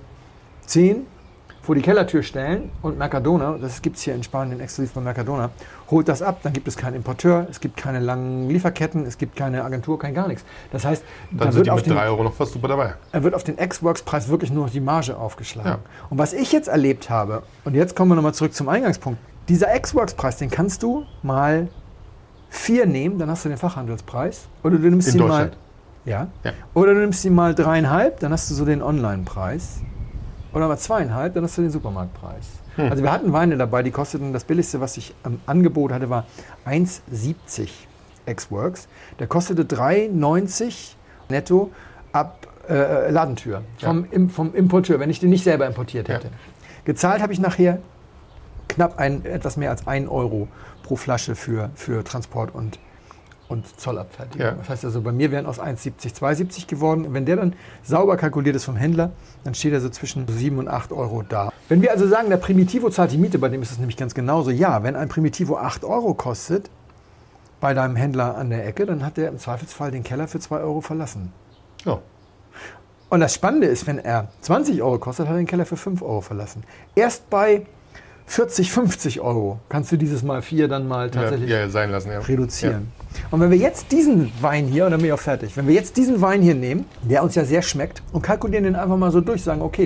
vor die Kellertür stellen und Mercadona, das gibt es hier in Spanien exklusiv bei Mercadona, holt das ab, dann gibt es keinen Importeur, es gibt keine langen Lieferketten, es gibt keine Agentur, kein gar nichts. Das heißt, dann wird mit 3 Euro noch was super dabei. Er wird auf den Ex-Works-Preis wirklich nur noch die Marge aufgeschlagen. Ja. Und was ich jetzt erlebt habe, und jetzt kommen wir nochmal zurück zum Eingangspunkt, dieser Ex-Works-Preis, den kannst du mal 4 nehmen, dann hast du den Fachhandelspreis. Oder du nimmst ihn mal, oder du nimmst ihn mal 3,5, dann hast du so den Online-Preis. Oder mal 2,5, dann hast du den Supermarktpreis. Also wir hatten Weine dabei, die kosteten, das billigste, was ich am Angebot hatte, war 1,70 Ex-Works. Der kostete 3,90 netto ab Ladentür vom Importeur, wenn ich den nicht selber importiert hätte. Ja. Gezahlt habe ich nachher knapp etwas mehr als 1 Euro pro Flasche für Transport und Zollabfertigung. Ja. Das heißt also, bei mir wären aus 1,70 2,70 geworden. Wenn der dann sauber kalkuliert ist vom Händler, dann steht er so zwischen 7 und 8 Euro da. Wenn wir also sagen, der Primitivo zahlt die Miete, bei dem ist es nämlich ganz genauso. Ja, wenn ein Primitivo 8 Euro kostet, bei deinem Händler an der Ecke, dann hat der im Zweifelsfall den Keller für 2 Euro verlassen. Ja. Und das Spannende ist, wenn er 20 Euro kostet, hat er den Keller für 5 Euro verlassen. Erst bei 40, 50 Euro kannst du dieses mal 4 dann mal tatsächlich sein lassen, reduzieren. Ja. Und wenn wir jetzt diesen Wein hier, und dann bin ich auch fertig, wenn wir jetzt diesen Wein hier nehmen, der uns ja sehr schmeckt, und kalkulieren den einfach mal so durch, sagen, okay,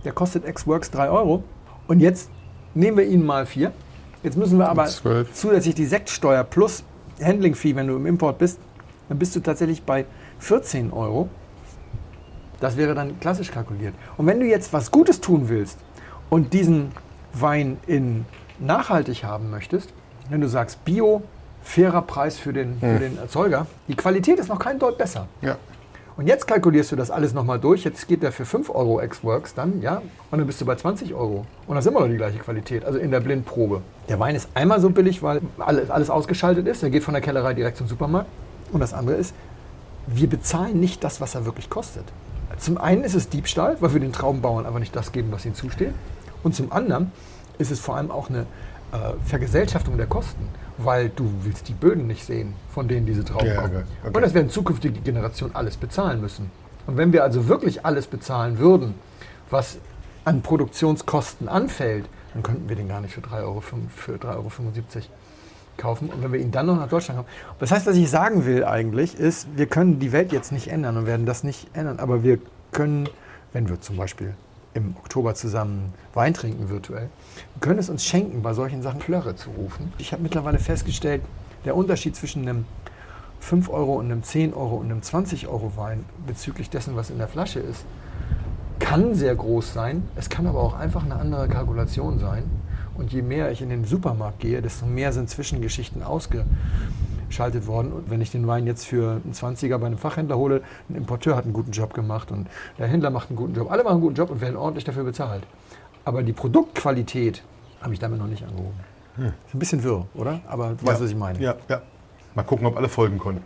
der kostet Ex-Works 3 Euro. Und jetzt nehmen wir ihn mal 4. Jetzt müssen wir aber 12. zusätzlich die Sektsteuer plus Handling-Fee, wenn du im Import bist, dann bist du tatsächlich bei 14 Euro. Das wäre dann klassisch kalkuliert. Und wenn du jetzt was Gutes tun willst und diesen Wein in nachhaltig haben möchtest, wenn du sagst Bio, fairer Preis für den Erzeuger, die Qualität ist noch kein Deut besser. Ja. Und jetzt kalkulierst du das alles nochmal durch. Jetzt geht der für 5 Euro Ex-Works dann, ja, und dann bist du bei 20 Euro. Und das ist immer noch die gleiche Qualität, also in der Blindprobe. Der Wein ist einmal so billig, weil alles ausgeschaltet ist. Er geht von der Kellerei direkt zum Supermarkt. Und das andere ist, wir bezahlen nicht das, was er wirklich kostet. Zum einen ist es Diebstahl, weil wir den Traubenbauern aber nicht das geben, was ihnen zusteht. Und zum anderen ist es vor allem auch eine Vergesellschaftung der Kosten, weil du willst die Böden nicht sehen, von denen diese Trauben kommen. Okay. Und das werden zukünftige Generationen alles bezahlen müssen. Und wenn wir also wirklich alles bezahlen würden, was an Produktionskosten anfällt, dann könnten wir den gar nicht für 3,75 Euro kaufen. Und wenn wir ihn dann noch nach Deutschland haben. Das heißt, was ich sagen will eigentlich, ist, wir können die Welt jetzt nicht ändern und werden das nicht ändern. Aber wir können, wenn wir zum Beispiel im Oktober zusammen Wein trinken virtuell, wir können es uns schenken, bei solchen Sachen Plörre zu rufen. Ich habe mittlerweile festgestellt, der Unterschied zwischen einem 5 Euro und einem 10 Euro und einem 20 Euro Wein bezüglich dessen, was in der Flasche ist, kann sehr groß sein. Es kann aber auch einfach eine andere Kalkulation sein. Und je mehr ich in den Supermarkt gehe, desto mehr sind Zwischengeschichten ausgeschaltet worden. Und wenn ich den Wein jetzt für einen 20er bei einem Fachhändler hole, ein Importeur hat einen guten Job gemacht und der Händler macht einen guten Job. Alle machen einen guten Job und werden ordentlich dafür bezahlt. Aber die Produktqualität habe ich damit noch nicht angehoben. Ist ein bisschen wirr, oder? Aber du weißt, was ich meine. Ja. Mal gucken, ob alle folgen konnten.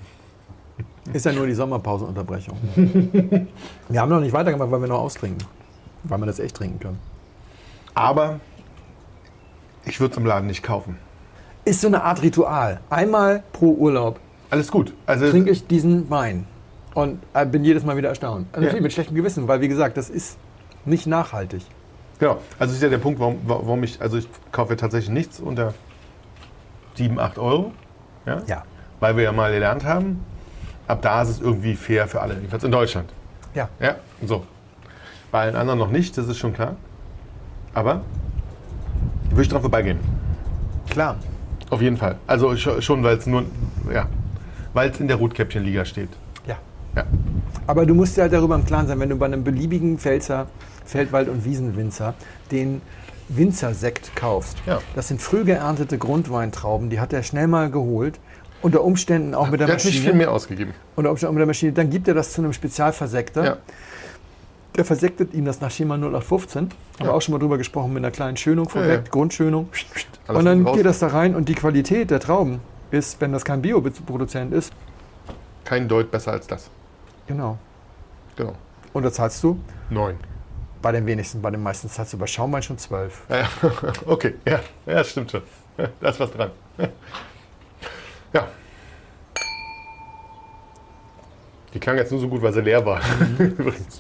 Ist ja nur die Sommerpausenunterbrechung. Wir haben noch nicht weitergemacht, weil wir noch austrinken. Weil wir das echt trinken können. Aber ich würde es im Laden nicht kaufen. Ist so eine Art Ritual. Einmal pro Urlaub Alles gut. Also trinke ich diesen Wein. Und bin jedes Mal wieder erstaunt. Also natürlich mit schlechtem Gewissen, weil wie gesagt, das ist nicht nachhaltig. Genau. Also das ist ja der Punkt, warum ich kaufe tatsächlich nichts unter 7, 8 Euro. Ja. Weil wir ja mal gelernt haben, ab da ist es irgendwie fair für alle, jedenfalls in Deutschland. Ja. Ja, so. Bei allen anderen noch nicht, das ist schon klar. Aber würde ich dran vorbeigehen. Klar. Auf jeden Fall. Also schon, weil es weil es in der Rotkäppchenliga steht. Ja. Aber du musst dir halt darüber im Klaren sein, wenn du bei einem beliebigen Pfälzer, Feldwald- und Wiesenwinzer den Winzersekt kaufst. Ja. Das sind früh geerntete Grundweintrauben, die hat er schnell mal geholt. Unter Umständen auch mit der Maschine. Der hat nicht viel mehr ausgegeben. Unter Umständen mit der Maschine. Dann gibt er das zu einem Spezialversekter. Ja. Der versektet ihm das nach Schema 0815. Haben wir auch schon mal drüber gesprochen, mit einer kleinen Schönung vorweg, Grundschönung. Alles und dann geht das da rein und die Qualität der Trauben ist, wenn das kein Bioproduzent ist, kein Deut besser als das. Genau. Und da zahlst du? 9. Bei den wenigsten, bei den meisten zahlst du bei Schaumwein schon 12. Ja, okay, ja, stimmt schon. Da ist was dran. Ja. Die klang jetzt nur so gut, weil sie leer war. Übrigens.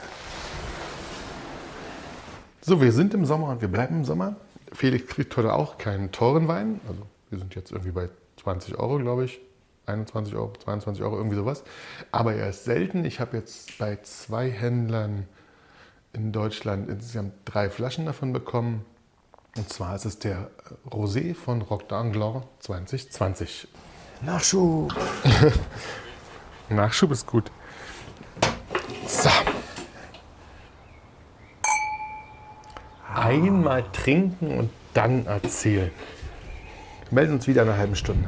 So, wir sind im Sommer und wir bleiben im Sommer. Felix kriegt heute auch keinen teuren Wein. Also wir sind jetzt irgendwie bei 20 Euro, glaube ich. 21 Euro, 22 Euro, irgendwie sowas. Aber er ist selten. Ich habe jetzt bei 2 Händlern in Deutschland insgesamt 3 Flaschen davon bekommen. Und zwar ist es der Rosé von Roc d'Angler 2020. Nachschub. Nachschub ist gut. So. Einmal trinken und dann erzählen. Wir melden uns wieder in einer halben Stunde.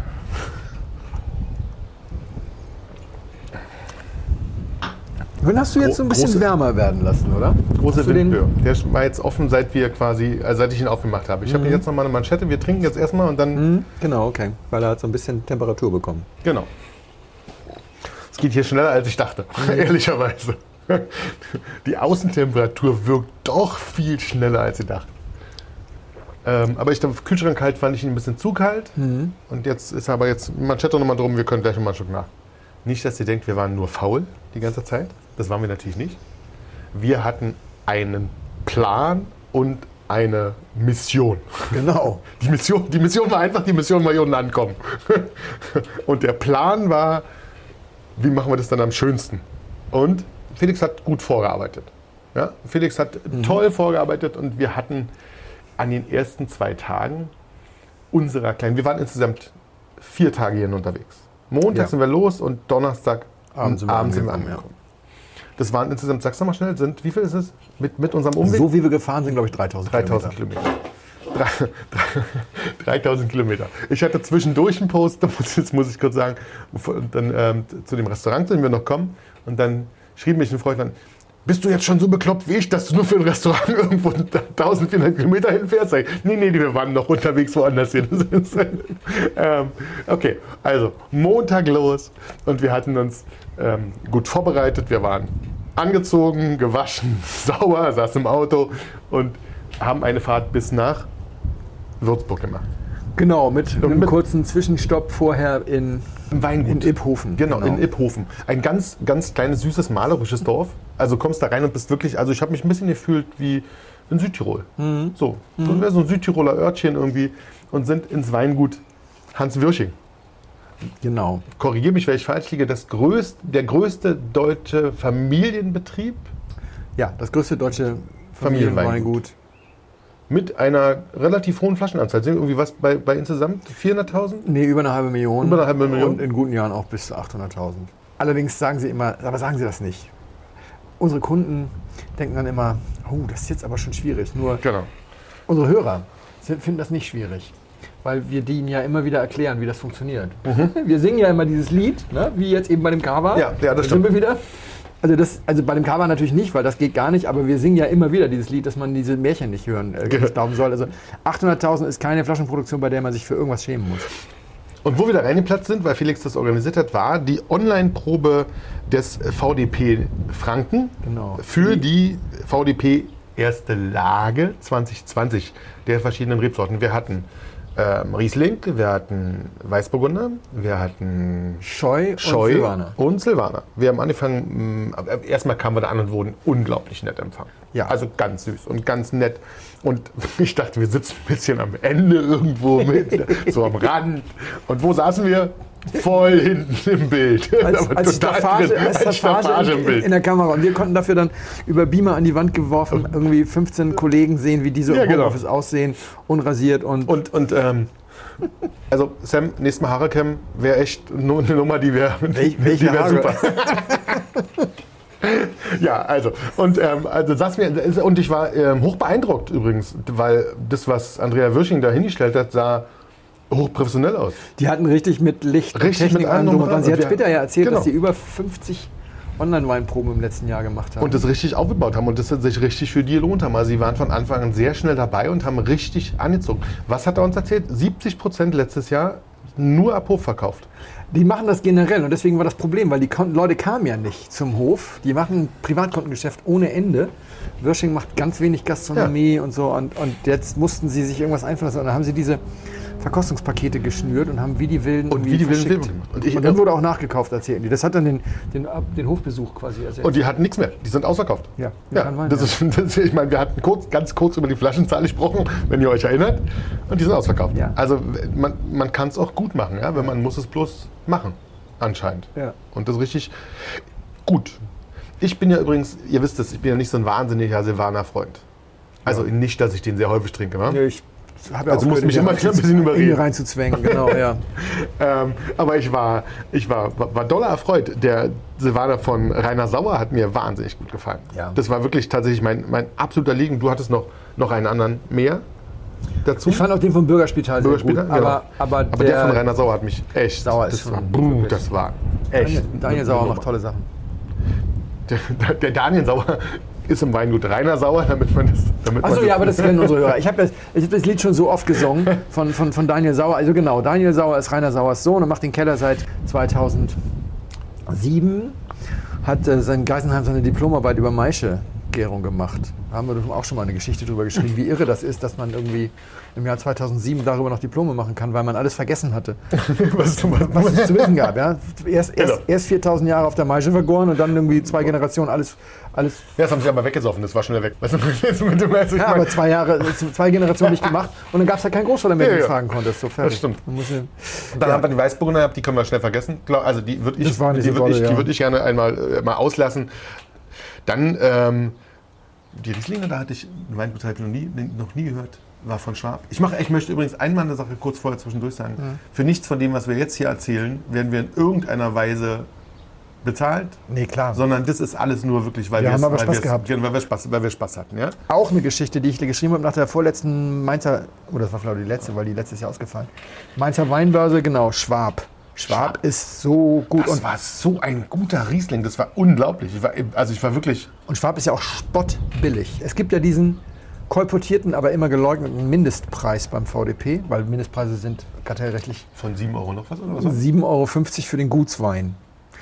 Den hast du jetzt so ein bisschen wärmer werden lassen, oder? Große Windböe. Der war jetzt offen, seit ich ihn aufgemacht habe. Ich habe jetzt noch mal eine Manschette. Wir trinken jetzt erstmal und dann... Genau, okay. Weil er hat so ein bisschen Temperatur bekommen. Genau. Es geht hier schneller, als ich dachte, ehrlicherweise. Die Außentemperatur wirkt doch viel schneller, als ich dachte. Aber ich glaube, Kühlschrank kalt fand ich ihn ein bisschen zu kalt. Und jetzt ist aber jetzt Manschette nochmal drum, wir können gleich nochmal einen Schluck nach. Nicht, dass ihr denkt, wir waren nur faul die ganze Zeit. Das waren wir natürlich nicht. Wir hatten einen Plan und eine Mission. Genau. Die Mission war einfach, hier unten ankommen. Und der Plan war, wie machen wir das dann am schönsten? Und Felix hat gut vorgearbeitet. Ja? Felix hat toll vorgearbeitet und wir hatten an den ersten 2 Tagen unserer kleinen, wir waren insgesamt 4 Tage hier unterwegs. Montag sind wir los und Donnerstag abends sind wir angekommen. Ja. Das waren insgesamt, sag's nochmal schnell, wie viel ist es mit unserem Umweg? So wie wir gefahren sind, glaube ich, 3000 Kilometer. 3000 Kilometer. Ich hatte zwischendurch einen Post, das muss ich kurz sagen, dann zu dem Restaurant, zu dem wir noch kommen. Und dann schrieb mich ein Freund an, bist du jetzt schon so bekloppt wie ich, dass du nur für ein Restaurant irgendwo 1400 Kilometer hinfährst? Nee, wir waren noch unterwegs woanders hin. Okay, also Montag los und wir hatten uns gut vorbereitet. Wir waren angezogen, gewaschen, sauber, saßen im Auto und haben eine Fahrt bis nach Würzburg gemacht. Genau, mit einem kurzen Zwischenstopp vorher in Iphofen. Genau, in Iphofen. Ein ganz, ganz kleines, süßes, malerisches Dorf. Also kommst da rein und bist wirklich, also ich habe mich ein bisschen gefühlt wie in Südtirol. So ein Südtiroler Örtchen irgendwie und sind ins Weingut Hans Wirsching. Genau. Korrigiere mich, wenn ich falsch liege, der größte deutsche Familienbetrieb. Ja, das größte deutsche Familienweingut. Mit einer relativ hohen Flaschenanzahl. Sind irgendwie was bei insgesamt 400.000? Nee, über eine halbe Million. Über eine halbe Million. Und in guten Jahren auch bis zu 800.000. Allerdings sagen sie immer, aber sagen sie das nicht. Unsere Kunden denken dann immer, oh, das ist jetzt aber schon schwierig. Nur unsere Hörer finden das nicht schwierig. Weil wir denen ja immer wieder erklären, wie das funktioniert. Wir singen ja immer dieses Lied, ne? Wie jetzt eben bei dem Kava. Ja, das stimmt. Sind wir wieder. Also bei dem Kava natürlich nicht, weil das geht gar nicht, aber wir singen ja immer wieder dieses Lied, dass man diese Märchen nicht glauben soll. Also 800.000 ist keine Flaschenproduktion, bei der man sich für irgendwas schämen muss. Und wo wir da reingeplatzt sind, weil Felix das organisiert hat, war die Online-Probe des VDP Franken für die VDP Erste Lage 2020 der verschiedenen Rebsorten. Wir hatten Riesling, wir hatten Weißburgunder, wir hatten Scheu und Silvaner. Wir haben angefangen, erstmal kamen wir da an und wurden unglaublich nett empfangen. Ja. Also ganz süß und ganz nett. Und ich dachte, wir sitzen ein bisschen am Ende irgendwo mit, so am Rand. Und wo saßen wir? Voll hinten im Bild. Als Staffage im Bild. In der Kamera. Und wir konnten dafür dann über Beamer an die Wand geworfen, irgendwie 15 Kollegen sehen, wie diese im Homeoffice aussehen, unrasiert und also Sam, nächstes Mal Haarcam wäre echt eine Nummer, die wäre super. Ja, also saß mir, und ich war hoch beeindruckt übrigens, weil das, was Andrea Wirsching da hingestellt hat, sah hochprofessionell aus. Die hatten richtig mit Licht und Technik an. Sie hat später ja erzählt, dass sie über 50 Online-Weinproben im letzten Jahr gemacht haben. Und das richtig aufgebaut haben und das sich richtig für die gelohnt haben. Also sie waren von Anfang an sehr schnell dabei und haben richtig angezogen. Was hat er uns erzählt? 70% letztes Jahr nur ab Hof verkauft. Die machen das generell und deswegen war das Problem, weil die Leute kamen ja nicht zum Hof. Die machen Privatkundengeschäft ohne Ende. Wirsching macht ganz wenig Gastronomie und so und jetzt mussten sie sich irgendwas einfallen lassen und dann haben sie diese Verkostungspakete geschnürt und haben wie die Wilden gemacht. Und dann wurde auch nachgekauft, erzählen die. Das hat dann den Hofbesuch quasi ersetzt. Und die hatten nichts mehr. Die sind ausverkauft. Ja, ich meine, wir hatten ganz kurz über die Flaschenzahl gesprochen, wenn ihr euch erinnert. Und die sind ausverkauft. Ja. Also man kann es auch gut machen, ja, wenn man muss es bloß machen, anscheinend. Ja. Und das richtig gut. Ich bin ja übrigens, ihr wisst es, ich bin ja nicht so ein wahnsinniger Silvaner-Freund. Also nicht, dass ich den sehr häufig trinke. Ne? Nee, also musst mich immer ein bisschen überreden. Reinzuzwängen, genau, ja. Aber ich war doller erfreut. Der Silvaner von Rainer Sauer hat mir wahnsinnig gut gefallen. Ja. Das war wirklich tatsächlich mein absoluter Liebling. Du hattest noch einen anderen mehr dazu. Ich fand auch den vom Bürgerspital sehr gut. Genau. Aber der von Rainer Sauer hat mich echt... Das war echt... Daniel Sauer macht tolle Sachen. Der Daniel Sauer... ist im Weingut Rainer Sauer, damit man das... Achso, ja, aber das kennen unsere Hörer. Ich hab das Lied schon so oft gesungen von Daniel Sauer. Also genau, Daniel Sauer ist Rainer Sauers Sohn und macht den Keller seit 2007. Hat in Geisenheim seine Diplomarbeit über Maische-Gärung gemacht. Da haben wir doch auch schon mal eine Geschichte drüber geschrieben, wie irre das ist, dass man irgendwie im Jahr 2007 darüber noch Diplome machen kann, weil man alles vergessen hatte, was es zu wissen gab. Ja? Erst 4000 Jahre auf der Maische vergoren und dann irgendwie 2 Generationen alles. Ja, das haben sie aber weggesoffen, das war schon weg. Weißt du, ja, aber 2 Generationen nicht gemacht und dann gab es halt keinen Großvater mehr, den du fragen konntest. So fertig. Das stimmt. Dann haben wir die Weißburgunder gehabt, die können wir schnell vergessen. Also die würde ich gerne einmal auslassen. Dann Die Rieslinger, da hatte ich einen Weingut noch nie gehört, war von Schwab. Ich möchte übrigens einmal eine Sache kurz vorher zwischendurch sagen. Ja. Für nichts von dem, was wir jetzt hier erzählen, werden wir in irgendeiner Weise bezahlt. Nee, klar. Sondern das ist alles nur wirklich, weil wir Spaß hatten. Ja? Auch eine Geschichte, die ich geschrieben habe nach der vorletzten Mainzer, das war vielleicht die letzte, weil die letztes Jahr ausgefallen. Mainzer Weinbörse, genau, Schwab. Schwab ist so gut. Das war so ein guter Riesling, das war unglaublich. Ich war wirklich... Und Schwab ist ja auch spottbillig. Es gibt ja diesen kolportierten, aber immer geleugneten Mindestpreis beim VDP, weil Mindestpreise sind kartellrechtlich... Von 7 € noch was oder was? 7,50 € für den Gutswein.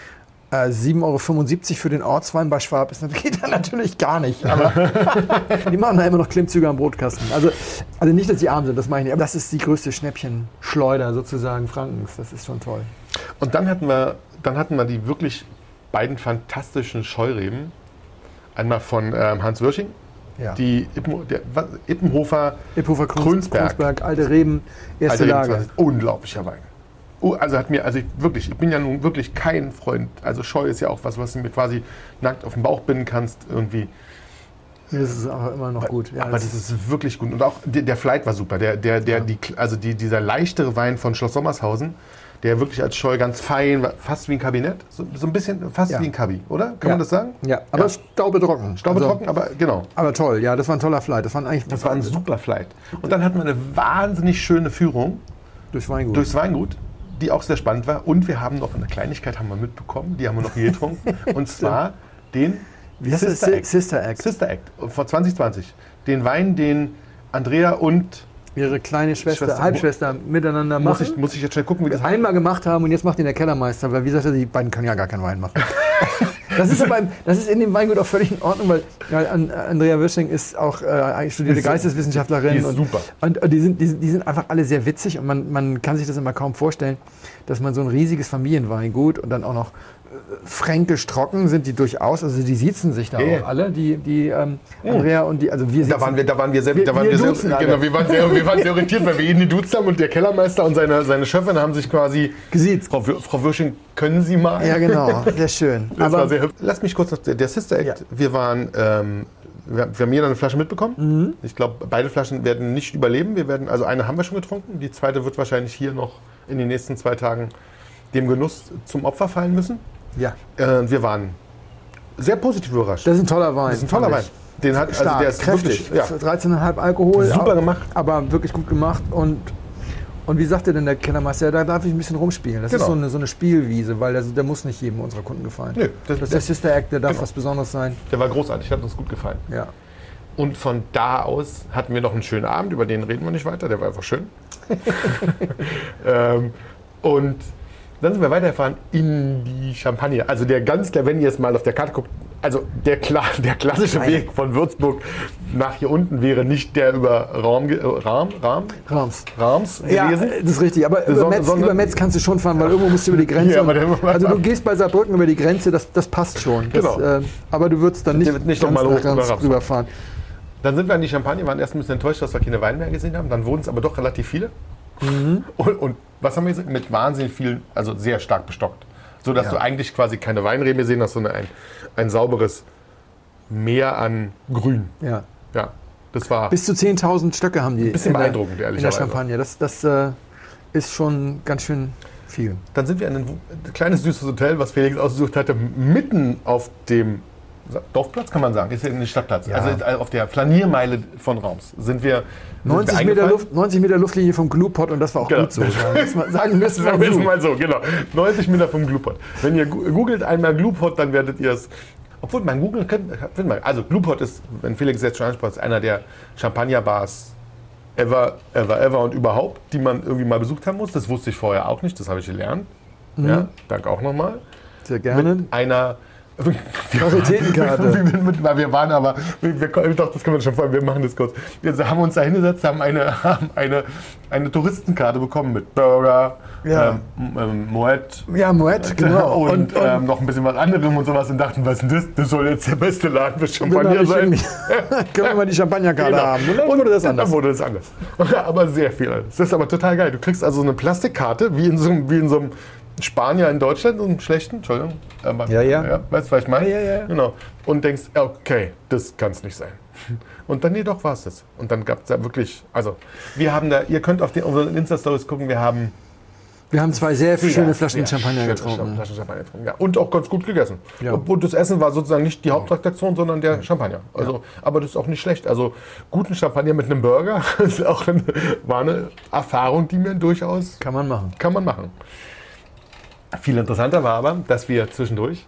7,75 € für den Ortswein bei Schwab geht dann natürlich gar nicht. Aber die machen da immer noch Klimmzüge am Brotkasten. Also nicht, dass die arm sind, das meine ich nicht. Aber das ist die größte Schnäppchenschleuder sozusagen Frankens. Das ist schon toll. Und dann hatten wir die wirklich beiden fantastischen Scheureben. Einmal von Hans Würsching. Ja. Die Ippenhofer Krönsberg, alte Reben, erste Lage. Unglaublicher Wein. Ich bin ja nun wirklich kein Freund. Also Scheu ist ja auch was du mir quasi nackt auf den Bauch binden kannst irgendwie. Das ist aber immer noch gut. Ja, aber das ist wirklich gut. Und auch der Flight war super. Dieser leichtere Wein von Schloss Sommershausen, der wirklich als Scheu ganz fein, fast wie ein Kabinett, so ein bisschen fast wie ein Kabi, oder? Kann man das sagen? Ja, aber staubetrocken. Staubetrocken, aber genau. Aber toll, ja, das war ein toller Flight. Das war ein super Flight. Und dann hatten wir eine wahnsinnig schöne Führung durchs Weingut, die auch sehr spannend war. Und wir haben noch eine Kleinigkeit mitbekommen, die haben wir noch hier getrunken. Und zwar den Sister Act von 2020. Den Wein, den Andrea und ihre kleine Halbschwester miteinander machen. Muss ich jetzt schnell gucken, wie das einmal gemacht haben und jetzt macht ihn der Kellermeister, weil wie gesagt, die beiden können ja gar keinen Wein machen. Das ist in dem Weingut auch völlig in Ordnung, weil Andrea Würsching ist auch studierte Geisteswissenschaftlerin. Die ist super. Und die sind einfach alle sehr witzig und man kann sich das immer kaum vorstellen, dass man so ein riesiges Familienweingut und dann auch noch fränkisch trocken sind die durchaus, also die siezen sich da auch alle, die Andrea und die, also wir da waren wir sehr orientiert, weil wir ihn geduzt haben und der Kellermeister und seine Chefin haben sich quasi gesiezt. Frau Würsching, können Sie mal? Ja, genau, sehr schön. Lass mich kurz noch, der Sister Act, wir haben jeder eine Flasche mitbekommen. Mhm. Ich glaube, beide Flaschen werden nicht überleben. Also eine haben wir schon getrunken, die zweite wird wahrscheinlich hier noch in den nächsten 2 Tagen dem Genuss zum Opfer fallen müssen. Ja. Wir waren sehr positiv überrascht. Das ist ein toller Wein. Den hat, stark, der ist kräftig. Wirklich, 13,5 Alkohol. Super gemacht. Aber wirklich gut gemacht. Und wie sagte denn der Kellermeister, da darf ich ein bisschen rumspielen. Das ist so eine Spielwiese, weil der muss nicht jedem unserer Kunden gefallen. Nö, das ist der Sister Act, der darf was Besonderes sein. Der war großartig, hat uns gut gefallen. Ja. Und von da aus hatten wir noch einen schönen Abend, über den reden wir nicht weiter, der war einfach schön. Und dann sind wir weitergefahren in die Champagne. Also wenn ihr jetzt mal auf der Karte guckt, also der klassische Weg von Würzburg nach hier unten wäre nicht der über Rams gewesen. Ja, das ist richtig. Aber über Metz kannst du schon fahren, weil irgendwo musst du über die Grenze. Ja, also du gehst bei Saarbrücken über die Grenze, das passt schon. Genau. Aber du würdest dann nicht noch mal ganz rüberfahren. Dann sind wir in die Champagne, waren erst ein bisschen enttäuscht, dass wir keine Weine mehr gesehen haben. Dann wurden es aber doch relativ viele. Mhm. Und was haben wir gesehen? Mit wahnsinnig vielen, also sehr stark bestockt. So dass du eigentlich quasi keine Weinreben gesehen hast, sondern ein sauberes Meer an Grün. Ja. Ja, das war... Bis zu 10.000 Stöcke haben die. Ein bisschen beeindruckend, ehrlicherweise. In der Champagne. Das ist schon ganz schön viel. Dann sind wir in ein kleines, süßes Hotel, was Felix ausgesucht hatte, mitten auf dem Dorfplatz, kann man sagen, ist ja ein Stadtplatz. Ja. Also auf der Flaniermeile von Raums sind wir 90 Meter Luftlinie vom Glue-Pot und das war auch gut so. Sagen wir mal so, genau. 90 Meter vom Glue-Pot. Wenn ihr googelt einmal Glue-Pot, dann werdet ihr es... Obwohl man googeln könnte... Also Glue-Pot ist, wenn Felix jetzt schon anspricht, einer der Champagner-Bars ever und überhaupt, die man irgendwie mal besucht haben muss. Das wusste ich vorher auch nicht, das habe ich gelernt. Mhm. Ja, danke auch nochmal. Sehr gerne. Mit einer... Paritätenkarte. Wir waren aber, doch, das können wir schon vorher, wir machen das kurz. Wir haben uns da hingesetzt, haben eine Touristenkarte bekommen mit Burger, Moet. Ja, Moet, genau. Und noch ein bisschen was anderem und sowas und dachten, was ist denn das? Das soll jetzt der beste Laden für Champagner sein. Können wir mal die Champagnerkarte haben? Und dann wurde das anders. Dann wurde das anders. Aber sehr viel alles. Das ist aber total geil. Du kriegst also eine Plastikkarte, wie in so einem Spanier in Deutschland, so einen schlechten, Entschuldigung. Ja. Weißt du, was ich meine? Ja. Genau. Und denkst, okay, das kann es nicht sein. Und dann jedoch war es das. Und dann gab es da wirklich, also wir haben da, ihr könnt auf unseren Insta-Stories gucken, wir haben 2 sehr schöne Flaschen Champagner getrunken. Ja, und auch ganz gut gegessen. Ja. Und das Essen war sozusagen nicht die Hauptattraktion, sondern der Champagner. Also, aber das ist auch nicht schlecht. Also guten Champagner mit einem Burger ist auch war eine Erfahrung, die mir durchaus... Kann man machen. Viel interessanter war aber, dass wir zwischendurch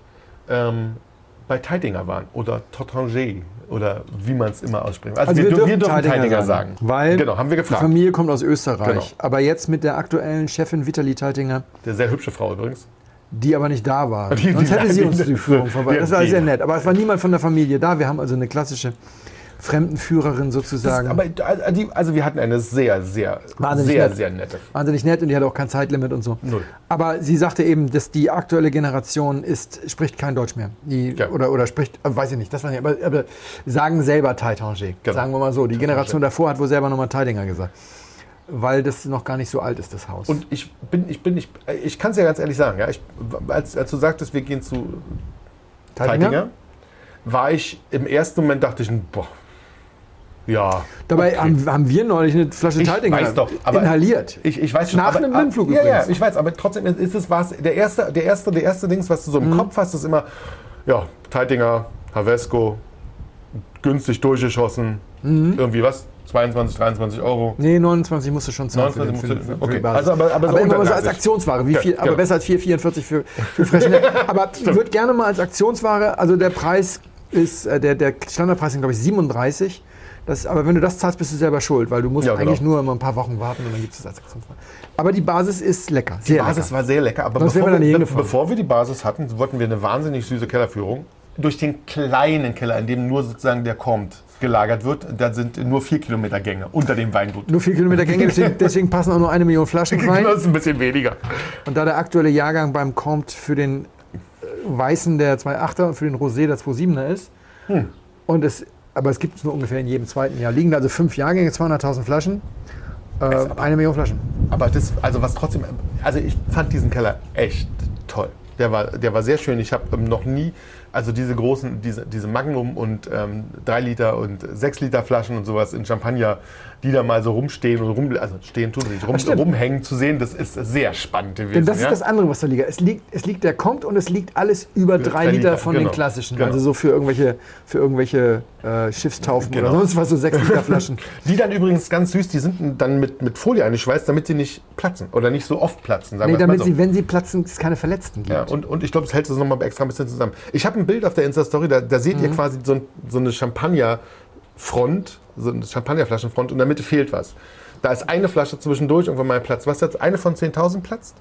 bei Teidinger waren oder Taittinger oder wie man es immer ausspricht. Also wir dürfen Teidinger sagen. Weil genau, haben wir gefragt. Die Familie kommt aus Österreich. Genau. Aber jetzt mit der aktuellen Chefin Vitali Teidinger, der sehr hübsche Frau übrigens, die aber nicht da war. Sonst hätte sie uns die Führung vorbei. Das war sehr nett. Aber es war niemand von der Familie da. Wir haben also eine klassische Fremdenführerin sozusagen. Also wir hatten eine sehr nette. Wahnsinnig nett und die hatte auch kein Zeitlimit und so. Null. Aber sie sagte eben, dass die aktuelle Generation spricht kein Deutsch mehr. Oder spricht, weiß ich nicht, das war nicht, aber sagen selber Taittinger. Genau. Sagen wir mal so. Die Generation davor hat wohl selber nochmal Teidinger gesagt. Weil das noch gar nicht so alt ist, das Haus. Und ich kann es ja ganz ehrlich sagen, ja, als du sagtest, wir gehen zu Teidinger, war ich im ersten Moment, dachte ich, boah, ja. Dabei haben wir neulich eine Flasche Teidinger inhaliert. Ich weiß schon. Nach einem Blindflug übrigens. Ja, ich weiß, aber trotzdem ist es was. Der erste Dings, was du so im Kopf hast, ist immer, ja, Teidinger, Havesco, günstig durchgeschossen, irgendwie was? 22, 23 Euro. Nee, 29 musst du schon zahlen. 29 für okay. die Basis. Aber so immer so als Aktionsware. Wie viel? Aber besser als 4,44 für Freshnet. Aber wird gerne mal als Aktionsware. Also der Preis ist, der Standardpreis sind, glaube ich, 37. Aber wenn du das zahlst, bist du selber schuld, weil du musst eigentlich nur immer ein paar Wochen warten und dann gibt es das als Aktionsware. Aber die Basis ist lecker. Die Basis war sehr lecker. Aber bevor wir die Basis hatten, wollten wir eine wahnsinnig süße Kellerführung durch den kleinen Keller, in dem nur sozusagen der Comte gelagert wird. Da sind nur 4 Kilometer Gänge unter dem Weingut. Nur 4 Kilometer Gänge, deswegen passen auch nur 1 Million Flaschen rein. Das ist ein bisschen weniger. Und da der aktuelle Jahrgang beim Comte für den Weißen der 2,8er und für den Rosé der 2,7er ist. Aber es gibt es nur ungefähr in jedem zweiten Jahr. Liegen da also 5 Jahrgänge, 200.000 Flaschen, 1 Million Flaschen. Aber ich fand diesen Keller echt toll. Der war sehr schön. Ich habe noch nie, also diese großen, diese Magnum und 3 Liter und 6 Liter Flaschen und sowas in Champagner, die da mal so rumstehen und stehen tun sie nicht, rumhängen zu sehen, das ist sehr spannend gewesen. Denn das ist das andere, was da liegt. Es liegt der Comte und es liegt alles über 3 Liter von den klassischen. Genau. Also so für irgendwelche Schiffstaufen oder sonst was, so 6 Liter Flaschen. Die dann übrigens ganz süß, die sind dann mit Folie eingeschweißt, damit sie nicht platzen oder nicht so oft platzen. Damit sie, wenn sie platzen, es keine Verletzten gibt. Ja, und ich glaube, das hält es nochmal extra ein bisschen zusammen. Ich habe ein Bild auf der Insta-Story, da seht ihr quasi so eine Champagnerfront, so eine Champagnerflaschenfront und in der Mitte fehlt was. Da ist eine Flasche zwischendurch irgendwann mal Platz. Was jetzt? Eine von 10.000 platzt?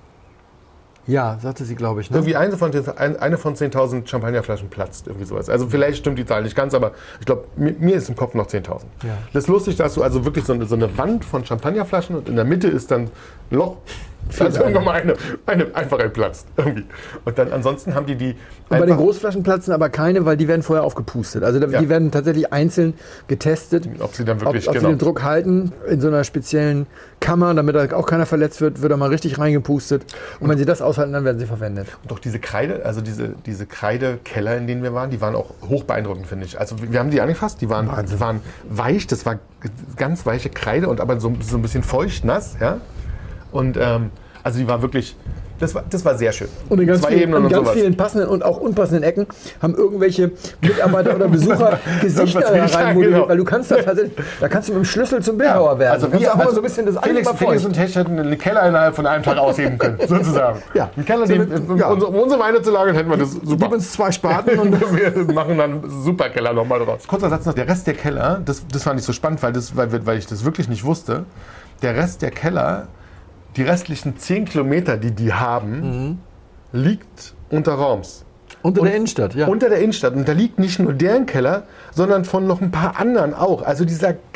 Ja, sagte sie, glaube ich. Ne? Irgendwie eine von 10.000 Champagnerflaschen platzt. Irgendwie sowas. Also vielleicht stimmt die Zahl nicht ganz, aber ich glaube, mir ist im Kopf noch 10.000. Ja. Das ist lustig, dass du also wirklich so eine Wand von Champagnerflaschen und in der Mitte ist dann ein Loch. Also irgendwann mal eine einfach platzt. Irgendwie. Und dann ansonsten haben die und bei den Großflaschen platzen aber keine, weil die werden vorher aufgepustet. Also die werden tatsächlich einzeln getestet, ob sie dann wirklich ob sie den Druck halten in so einer speziellen Kammer, damit da auch keiner verletzt wird da mal richtig reingepustet. Und wenn sie das aushalten, dann werden sie verwendet. Und auch diese Kreide, also diese Kreidekeller, in denen wir waren, die waren auch hoch beeindruckend, finde ich. Also wir haben die angefasst, die waren weich, das war ganz weiche Kreide und aber so ein bisschen feucht, nass, ja. Und also die war wirklich, das war sehr schön. Und in ganz vielen passenden und auch unpassenden Ecken haben irgendwelche Mitarbeiter oder Besucher Gesichter da reinmodelliert, weil du kannst da tatsächlich, da kannst du mit dem Schlüssel zum Bildhauer werden. Also wir haben so ein bisschen das Felix und Tesch hätten einen Keller innerhalb von einem Tag ausheben können, sozusagen. Ja. Einen Keller, um unsere Weine zu lagern, hätten wir das super. Gib uns 2 Spaten und wir machen dann super Keller nochmal draus. Kurzer Satz noch, der Rest der Keller, das fand ich so spannend, weil ich das wirklich nicht wusste, der Rest der Keller, die restlichen 10 Kilometer, die haben, liegt unter Worms. Unter der Innenstadt, ja. Unter der Innenstadt. Und da liegt nicht nur deren Keller, sondern von noch ein paar anderen auch. Also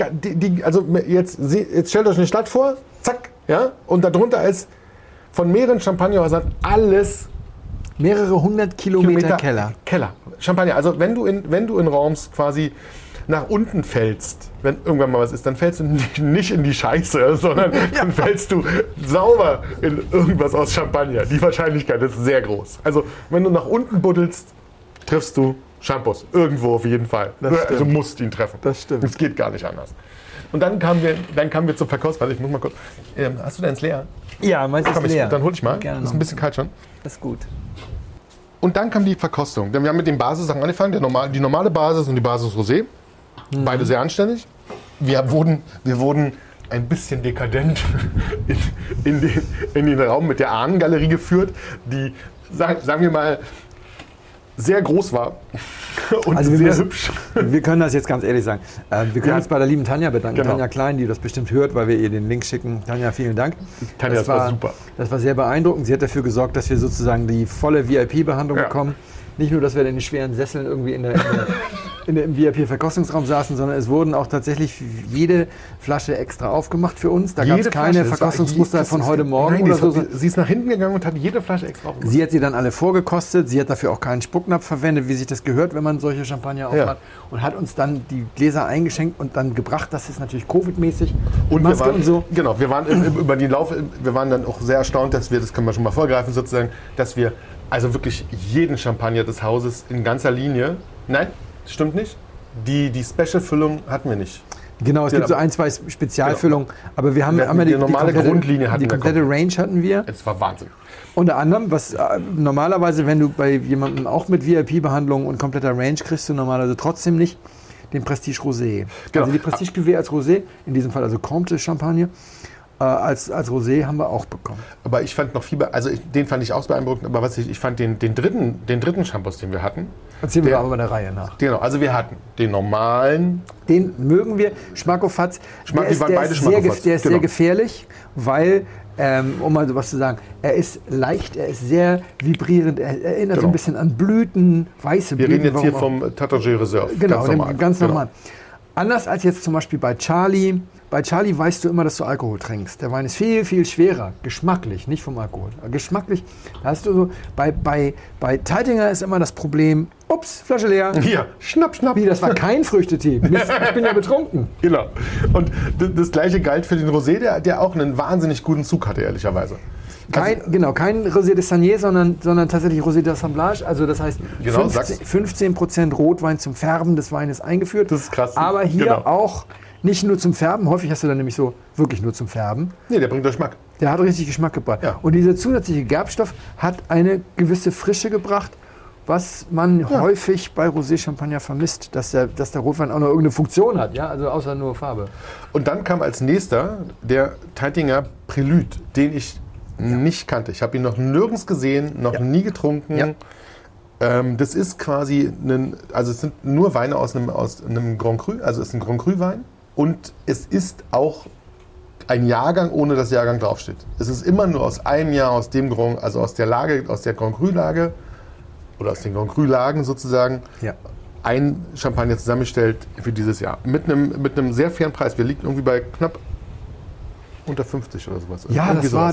jetzt stellt euch eine Stadt vor, zack, ja, und darunter ist von mehreren Champagnerhäusern alles mehrere 100 Kilometer Keller. Champagner. Also wenn du in Worms quasi nach unten fällst, wenn irgendwann mal was ist, dann fällst du nicht in die Scheiße, sondern dann fällst du sauber in irgendwas aus Champagner. Die Wahrscheinlichkeit ist sehr groß. Also wenn du nach unten buddelst, triffst du Shampoos. Irgendwo auf jeden Fall. Du musst ihn treffen. Das stimmt. Es geht gar nicht anders. Und dann kamen wir zum Verkauf. Warte, ich muss mal kurz. Hast du deins leer? Ja, meins ist leer. Dann hol ich mal. Gerne ist ein bisschen kalt schon. Das ist gut. Und dann kam die Verkostung. Denn wir haben mit den Basissachen angefangen. Die normale Basis und die Basis Rosé. Beide sehr anständig. Wir wurden ein bisschen dekadent in den Raum mit der Ahnengalerie geführt, die, sagen wir mal, sehr groß war und Also sehr hübsch. Wir können das jetzt ganz ehrlich sagen. Wir können uns bei der lieben Tanja bedanken. Genau. Tanja Klein, die das bestimmt hört, weil wir ihr den Link schicken. Tanja, vielen Dank. Tanja, das war super. Das war sehr beeindruckend. Sie hat dafür gesorgt, dass wir sozusagen die volle VIP-Behandlung bekommen. Nicht nur, dass wir in den schweren Sesseln irgendwie im VIP-Verkostungsraum saßen, sondern es wurden auch tatsächlich jede Flasche extra aufgemacht für uns. Da gab es keine Verkostungsmuster von heute Morgen oder so. Sie ist nach hinten gegangen und hat jede Flasche extra aufgemacht. Sie hat sie dann alle vorgekostet. Sie hat dafür auch keinen Spucknapf verwendet, wie sich das gehört, wenn man solche Champagner aufmacht. Und hat uns dann die Gläser eingeschenkt und dann gebracht. Das ist natürlich Covid-mäßig. Und wir waren dann auch sehr erstaunt, dass wir, das können wir schon mal vorgreifen sozusagen, dass wir also wirklich jeden Champagner des Hauses in ganzer Linie, nein, das stimmt nicht, die Special-Füllung hatten wir nicht. Genau, es gibt so ein, zwei Spezialfüllungen, aber wir haben die normale Grundlinie hatten wir. Die komplette Range hatten wir. Es war Wahnsinn. Unter anderem, was normalerweise, wenn du bei jemandem auch mit VIP-Behandlung und kompletter Range kriegst, du normalerweise trotzdem nicht den Prestige Rosé. Genau. Also die Prestige Cuvée als Rosé, in diesem Fall also Comte Champagner, als Rosé haben wir auch bekommen. Aber ich fand noch viel, den fand ich auch beeindruckend, aber ich fand den dritten Shampoo, den wir hatten. Erzählen wir aber bei der Reihe nach. Genau, also wir hatten den normalen. Den mögen wir, Schmackofatz. Der ist sehr gefährlich, weil, um mal so was zu sagen, er ist leicht, er ist sehr vibrierend, er erinnert so ein bisschen an Blüten, weiße Blüten. Wir reden jetzt hier vom Tatagé Reserve. Genau, ganz normal. Anders als jetzt zum Beispiel bei Charlie. Bei Charlie weißt du immer, dass du Alkohol trinkst. Der Wein ist viel, viel schwerer, geschmacklich, nicht vom Alkohol. Geschmacklich, da hast du so, bei Taitinger ist immer das Problem, ups, Flasche leer. Hier, schnapp. Wie, das war kein Früchtetee. Mist, ich bin ja betrunken. Genau. Und das Gleiche galt für den Rosé, der auch einen wahnsinnig guten Zug hatte, ehrlicherweise. Kein Rosé de Sagné, sondern tatsächlich Rosé d'Assemblage. Also das heißt, 15% Rotwein zum Färben des Weines eingeführt. Das ist krass. Aber hier auch nicht nur zum Färben. Häufig hast du dann nämlich so wirklich nur zum Färben. Nee, der bringt Geschmack. Der hat richtig Geschmack gebracht. Ja. Und dieser zusätzliche Gerbstoff hat eine gewisse Frische gebracht, was man häufig bei Rosé-Champagner vermisst, dass der Rotwein auch noch irgendeine Funktion hat, ja, also außer nur Farbe. Und dann kam als nächster der Taitinger Prélude, den ich nicht kannte. Ich habe ihn noch nirgends gesehen, noch nie getrunken. Ja. Das ist quasi es sind nur Weine aus einem Grand Cru, also es ist ein Grand Cru Wein und es ist auch ein Jahrgang, ohne dass Jahrgang draufsteht. Es ist immer nur aus einem Jahr, aus dem Grand, also aus der Grand Cru Lage oder aus den Grand Cru Lagen sozusagen, ein Champagner zusammengestellt für dieses Jahr. Mit einem sehr fairen Preis. Wir liegen irgendwie bei knapp unter 50 oder sowas. Ja, das war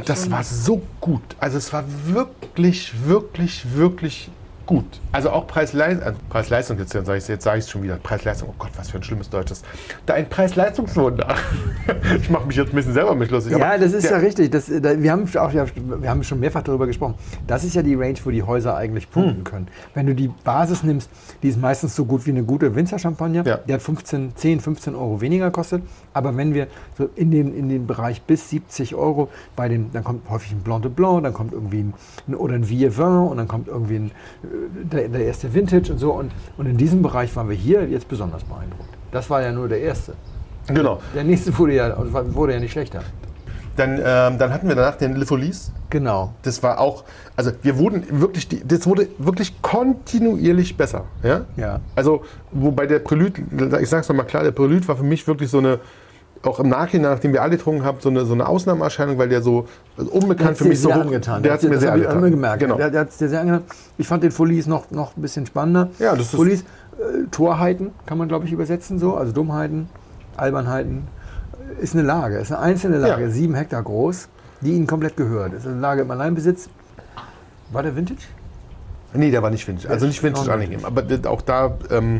so gut. Also es war wirklich, wirklich, wirklich gut. Also auch Preis-Leistung, jetzt sage ich es schon wieder. Preis-Leistung, oh Gott, was für ein schlimmes Deutsches. Da ein Preis-Leistungswunder. Ich mache mich jetzt ein bisschen selber lustig. Ja, das ist ja richtig. Wir haben schon mehrfach darüber gesprochen. Das ist ja die Range, wo die Häuser eigentlich punkten können. Wenn du die Basis nimmst, die ist meistens so gut wie eine gute Winzer-Champagner. Ja. Die hat 10, 15 Euro weniger kostet. Aber wenn wir so in den Bereich bis 70 Euro, dann kommt häufig ein Blanc de Blanc, dann kommt irgendwie ein Vieux Vin und dann kommt irgendwie der erste Vintage und so. Und in diesem Bereich waren wir hier jetzt besonders beeindruckt. Das war ja nur der erste. Genau. Der nächste wurde ja nicht schlechter. Dann hatten wir danach den Le Folies. Genau. Das war auch, also das wurde wirklich kontinuierlich besser. Ja? Ja. Also, wobei der Prélude, ich sag's nochmal klar, der Prélude war für mich wirklich so eine, auch im Nachhinein, nachdem wir alle getrunken haben, so eine Ausnahmeerscheinung, weil der so unbekannt für mich so hoch. Der hat mir sehr angetan. Gemerkt. Genau. Der hat es dir sehr angetan. Ich fand den Folies noch ein bisschen spannender. Ja, das ist Folies, Torheiten kann man, glaube ich, übersetzen so, also Dummheiten, Albernheiten. Ist eine Lage, ist eine einzelne Lage, 7 Hektar groß, die ihnen komplett gehört. Ist eine Lage im Alleinbesitz. War der Vintage? Nee, der war nicht Vintage. Also nicht Vintage angegeben. Aber auch da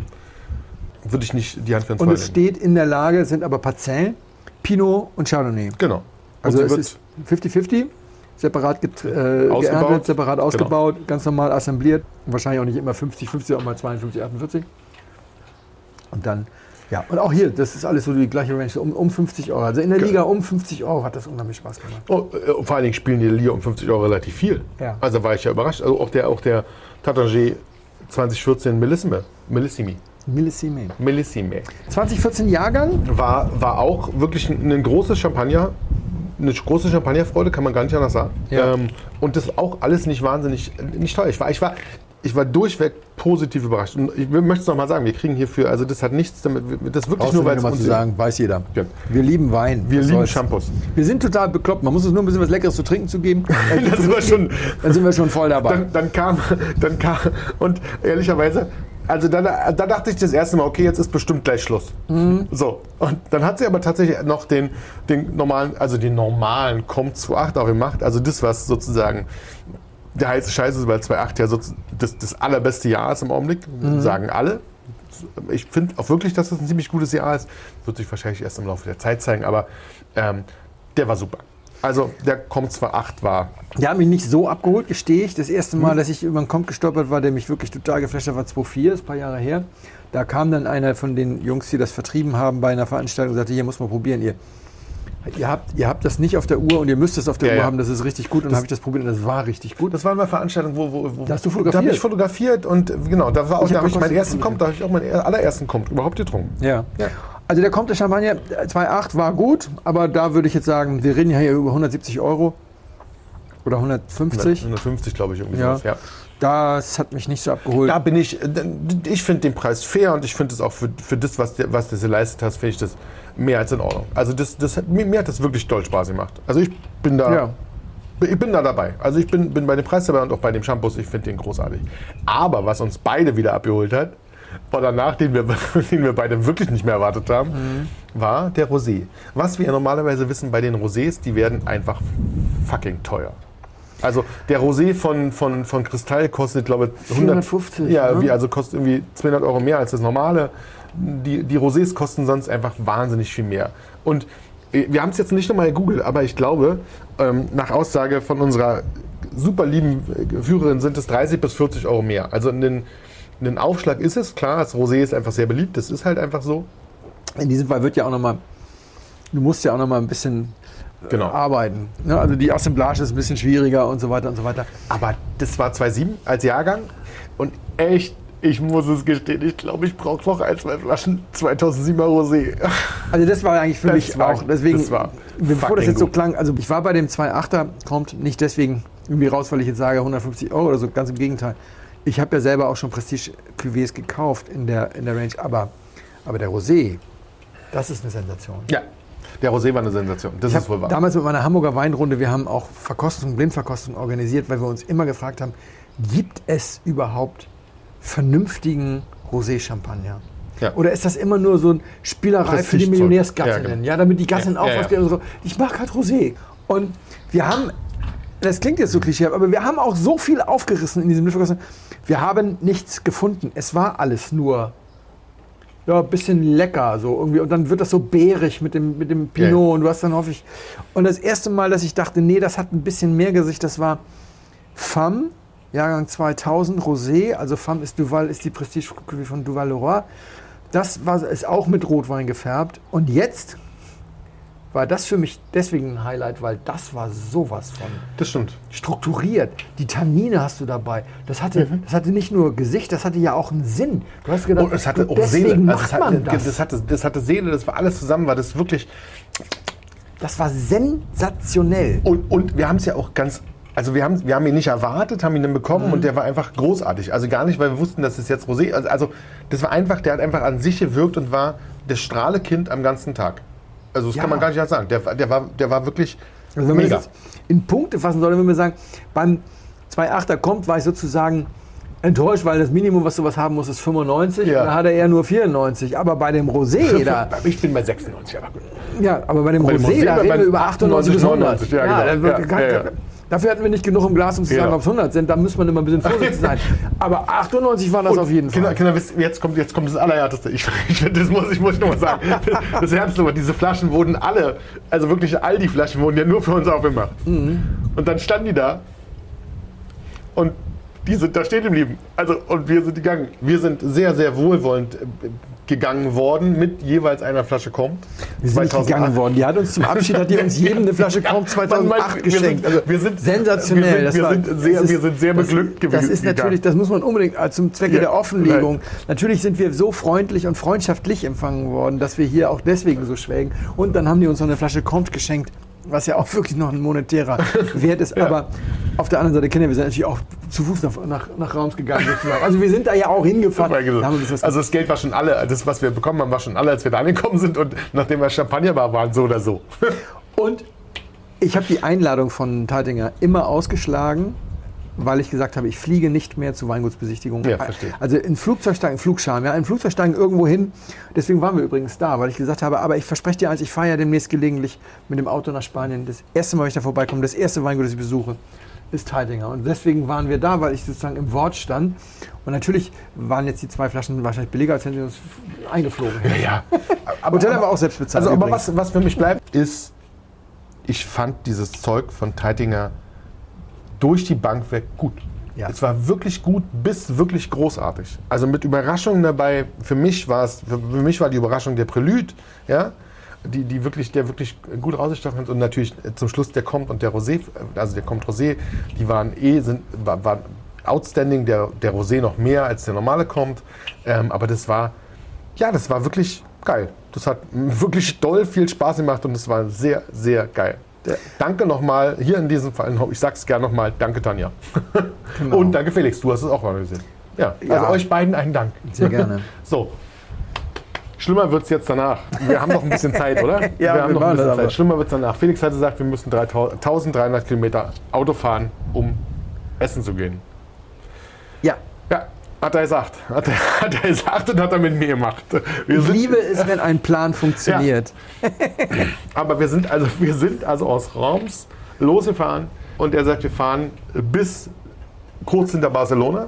würde ich nicht die Hand für ins Feuer legen. Und es steht in der Lage, sind aber Parzellen, Pinot und Chardonnay. Genau. Also es ist 50-50. separat geerntet, separat ausgebaut, ganz normal assembliert. Wahrscheinlich auch nicht immer 50, auch mal 52, 48. Und dann, ja, und auch hier, das ist alles so die gleiche Range, um 50 €. Also in der Liga um 50 € hat das unheimlich Spaß gemacht. Vor allen Dingen spielen die Liga um 50 € relativ viel. Ja. Also war ich ja überrascht. Also auch der Taittinger 2014 Millissimi. 2014 Jahrgang? War auch wirklich eine große Champagnerfreude, kann man gar nicht anders sagen. Ja. Und das auch alles nicht wahnsinnig, nicht teuer. Ich war durchweg positiv überrascht. Und ich möchte es nochmal sagen, wir kriegen hierfür, also das hat nichts damit, das wirklich nur, weil es uns zu sagen, weiß jeder. Ja. Wir lieben Wein. Wir lieben Shampoos. Wir sind total bekloppt. Man muss uns nur ein bisschen was Leckeres zu trinken zu geben. Dann sind wir schon voll dabei. Dann kam, und ehrlicherweise, also da dachte ich das erste Mal, okay, jetzt ist bestimmt gleich Schluss. Mhm. So. Und dann hat sie aber tatsächlich noch den normalen Comte 2.8 auch gemacht. Also das, was sozusagen der heiße Scheiß ist, weil 2.8 ja so das allerbeste Jahr ist im Augenblick, sagen alle. Ich finde auch wirklich, dass das ein ziemlich gutes Jahr ist. Wird sich wahrscheinlich erst im Laufe der Zeit zeigen, aber der war super. Also der Comte 2.8 war... Der hat mich nicht so abgeholt, gestehe ich. Das erste Mal, dass ich über einen Comte gestolpert war, der mich wirklich total geflasht hat, war 2.4, das ist ein paar Jahre her. Da kam dann einer von den Jungs, die das vertrieben haben, bei einer Veranstaltung und sagte, hier muss man probieren, Ihr habt das nicht auf der Uhr und ihr müsst es auf der Uhr haben, das ist richtig gut. Und dann habe ich das probiert und das war richtig gut. Das war eine Veranstaltung, wo da hast du fotografiert? Da habe ich fotografiert und genau, da habe ich meinen ersten Comte, da habe ich auch meinen allerersten Comte überhaupt getrunken. Ja. Also der Comte Champagner 2.8 war gut, aber da würde ich jetzt sagen, wir reden ja hier über 170 € oder 150. 150, glaube ich, irgendwie sowas, ja. Das hat mich nicht so abgeholt. Da bin ich finde den Preis fair und ich finde es auch für das, was du geleistet hast, finde ich das mehr als in Ordnung. Also mir hat das wirklich doll Spaß gemacht. Also ich bin da dabei. Also ich bin bei dem Preis dabei und auch bei dem Shampoos, ich finde den großartig. Aber was uns beide wieder abgeholt hat, war danach, den wir beide wirklich nicht mehr erwartet haben, war der Rosé. Was wir normalerweise wissen bei den Rosés, die werden einfach fucking teuer. Also der Rosé von Kristall kostet, glaube ich, 450. Ja, also kostet irgendwie 200 € mehr als das normale. Die Rosés kosten sonst einfach wahnsinnig viel mehr. Und wir haben es jetzt nicht nochmal gegoogelt, aber ich glaube, nach Aussage von unserer super lieben Führerin sind es 30 bis 40 € mehr. Also ein Aufschlag ist es, klar, das Rosé ist einfach sehr beliebt, das ist halt einfach so. In diesem Fall wird ja auch nochmal, du musst ja auch nochmal ein bisschen arbeiten. Ne? Also die Assemblage ist ein bisschen schwieriger und so weiter und so weiter. Aber das war 2.7 als Jahrgang und echt, ich muss es gestehen, ich glaube, ich brauche noch 1-2 Flaschen 2007er Rosé. Also das war eigentlich für mich auch, deswegen, bevor das jetzt so gut klang, also ich war bei dem 2.8er, kommt nicht deswegen irgendwie raus, weil ich jetzt sage 150 € oder so, ganz im Gegenteil. Ich habe ja selber auch schon Prestige-Cuvées gekauft in der Range, aber der Rosé, das ist eine Sensation. Ja, der Rosé war eine Sensation, das ist wohl wahr. Damals mit meiner Hamburger Weinrunde, wir haben auch Blindverkostung organisiert, weil wir uns immer gefragt haben, gibt es überhaupt vernünftigen Rosé-Champagner? Ja. Oder ist das immer nur so eine Spielerei für die Millionärsgattinnen? Ja, damit die Gattin auch was kriegen. Ich mag halt Rosé. Und wir haben, das klingt jetzt so klischee, aber wir haben auch so viel aufgerissen in diesem Blindverkostung. Wir haben nichts gefunden. Es war alles nur ein bisschen lecker so irgendwie und dann wird das so beerig mit dem Pinot und du hast dann häufig und das erste Mal, dass ich dachte, nee, das hat ein bisschen mehr Gesicht, das war Femme, Jahrgang 2000, Rosé, also Femme ist die Prestige von Duval Leroy. Das ist auch mit Rotwein gefärbt und jetzt war das für mich deswegen ein Highlight, weil das war sowas von strukturiert. Die Tannine hast du dabei. Das hatte nicht nur Gesicht, das hatte ja auch einen Sinn. Du hast gedacht, es hatte auch Seele. Das hatte Seele, das war alles zusammen, war das wirklich... Das war sensationell. Und wir haben es ja auch also wir haben ihn nicht erwartet, haben ihn dann bekommen und der war einfach großartig. Also gar nicht, weil wir wussten, dass es jetzt Rosé... Also das war einfach, der hat einfach an sich gewirkt und war das Strahlekind am ganzen Tag. Also das kann man gar nicht sagen. Der war wirklich also wenn man das in Punkte fassen soll, wenn wir sagen, beim 2.8er kommt, war ich sozusagen enttäuscht, weil das Minimum, was sowas haben muss, ist 95. Ja. Da hat er eher nur 94. Aber bei dem Rosé, ich bin bei 96. Aber ja, aber bei dem Rosé, da reden wir über 98 bis 100. Dafür hatten wir nicht genug im Glas, um zu sagen, ob es 100 sind. Da muss man immer ein bisschen vorsichtig sein. Aber 98 waren das auf jeden Fall. Kinder, jetzt kommt das Allerhärteste. Das muss ich noch mal sagen. Das Härteste war, diese Flaschen wurden alle, also wirklich all die Flaschen wurden ja nur für uns aufgemacht. Mhm. Und dann standen die da und die sind da stehen geblieben. Also, und wir sind gegangen. Wir sind sehr, sehr wohlwollend gegangen worden mit jeweils einer Flasche Comte. Wir sind nicht gegangen worden. Die hat uns zum Abschied uns jedem eine Flasche Comte 2008 geschenkt. Wir sind sensationell. Wir sind sehr beglückt gewesen. Das ist natürlich, das muss man unbedingt zum Zwecke der Offenlegung. Natürlich sind wir so freundlich und freundschaftlich empfangen worden, dass wir hier auch deswegen so schwelgen. Und dann haben die uns noch eine Flasche Comte geschenkt, was ja auch wirklich noch ein monetärer Wert ist. Aber auf der anderen Seite, Kinder, wir sind natürlich auch zu Fuß nach Reims gegangen sozusagen. Also wir sind da ja auch hingefahren. Also das Geld war schon alle, das was wir bekommen haben, war schon alle, als wir da angekommen sind. Und nachdem wir Champagner waren so oder so. Und ich habe die Einladung von Taitinger immer ausgeschlagen, weil ich gesagt habe, ich fliege nicht mehr zu Weingutsbesichtigungen. Ja, verstehe. Also in Flugscham, in Flugzeugsteigen irgendwo hin. Deswegen waren wir übrigens da, weil ich gesagt habe, aber ich verspreche dir eins, ich fahre ja demnächst gelegentlich mit dem Auto nach Spanien. Das erste Mal, wenn ich da vorbeikomme, das erste Weingut, das ich besuche, ist Taitinger. Und deswegen waren wir da, weil ich sozusagen im Wort stand. Und natürlich waren jetzt die 2 Flaschen wahrscheinlich billiger, als wenn sie uns eingeflogen hätten. Ja. Hotel haben wir auch selbst bezahlt. Also, aber was für mich bleibt, ist, ich fand dieses Zeug von Taitinger durch die Bank weg gut. Ja. Es war wirklich gut bis wirklich großartig. Also mit Überraschungen dabei. Für mich war die Überraschung der Prelude, ja, der wirklich gut rausgestochen hat. Und natürlich zum Schluss der Comte und der Rosé, also der Comte Rosé, die waren outstanding. Der Rosé noch mehr als der normale Comte. Aber das war wirklich geil. Das hat wirklich doll viel Spaß gemacht und es war sehr, sehr geil. Danke nochmal, hier in diesem Fall, ich sag's gerne nochmal, danke Tanja. Genau. Und danke Felix, du hast es auch mal gesehen. Ja, also euch beiden einen Dank. Sehr gerne. So, schlimmer wird's jetzt danach. Wir haben noch ein bisschen Zeit, oder? Ja, wir haben noch ein bisschen Zeit. Schlimmer wird's danach. Felix hat gesagt, wir müssen 1300 Kilometer Auto fahren, um essen zu gehen. Ja. Ja. Hat er gesagt. Hat er gesagt und hat er mit mir gemacht. Ich liebe es, wenn ein Plan funktioniert. Ja. Aber wir sind also aus Reims losgefahren und er sagt, wir fahren bis kurz hinter Barcelona.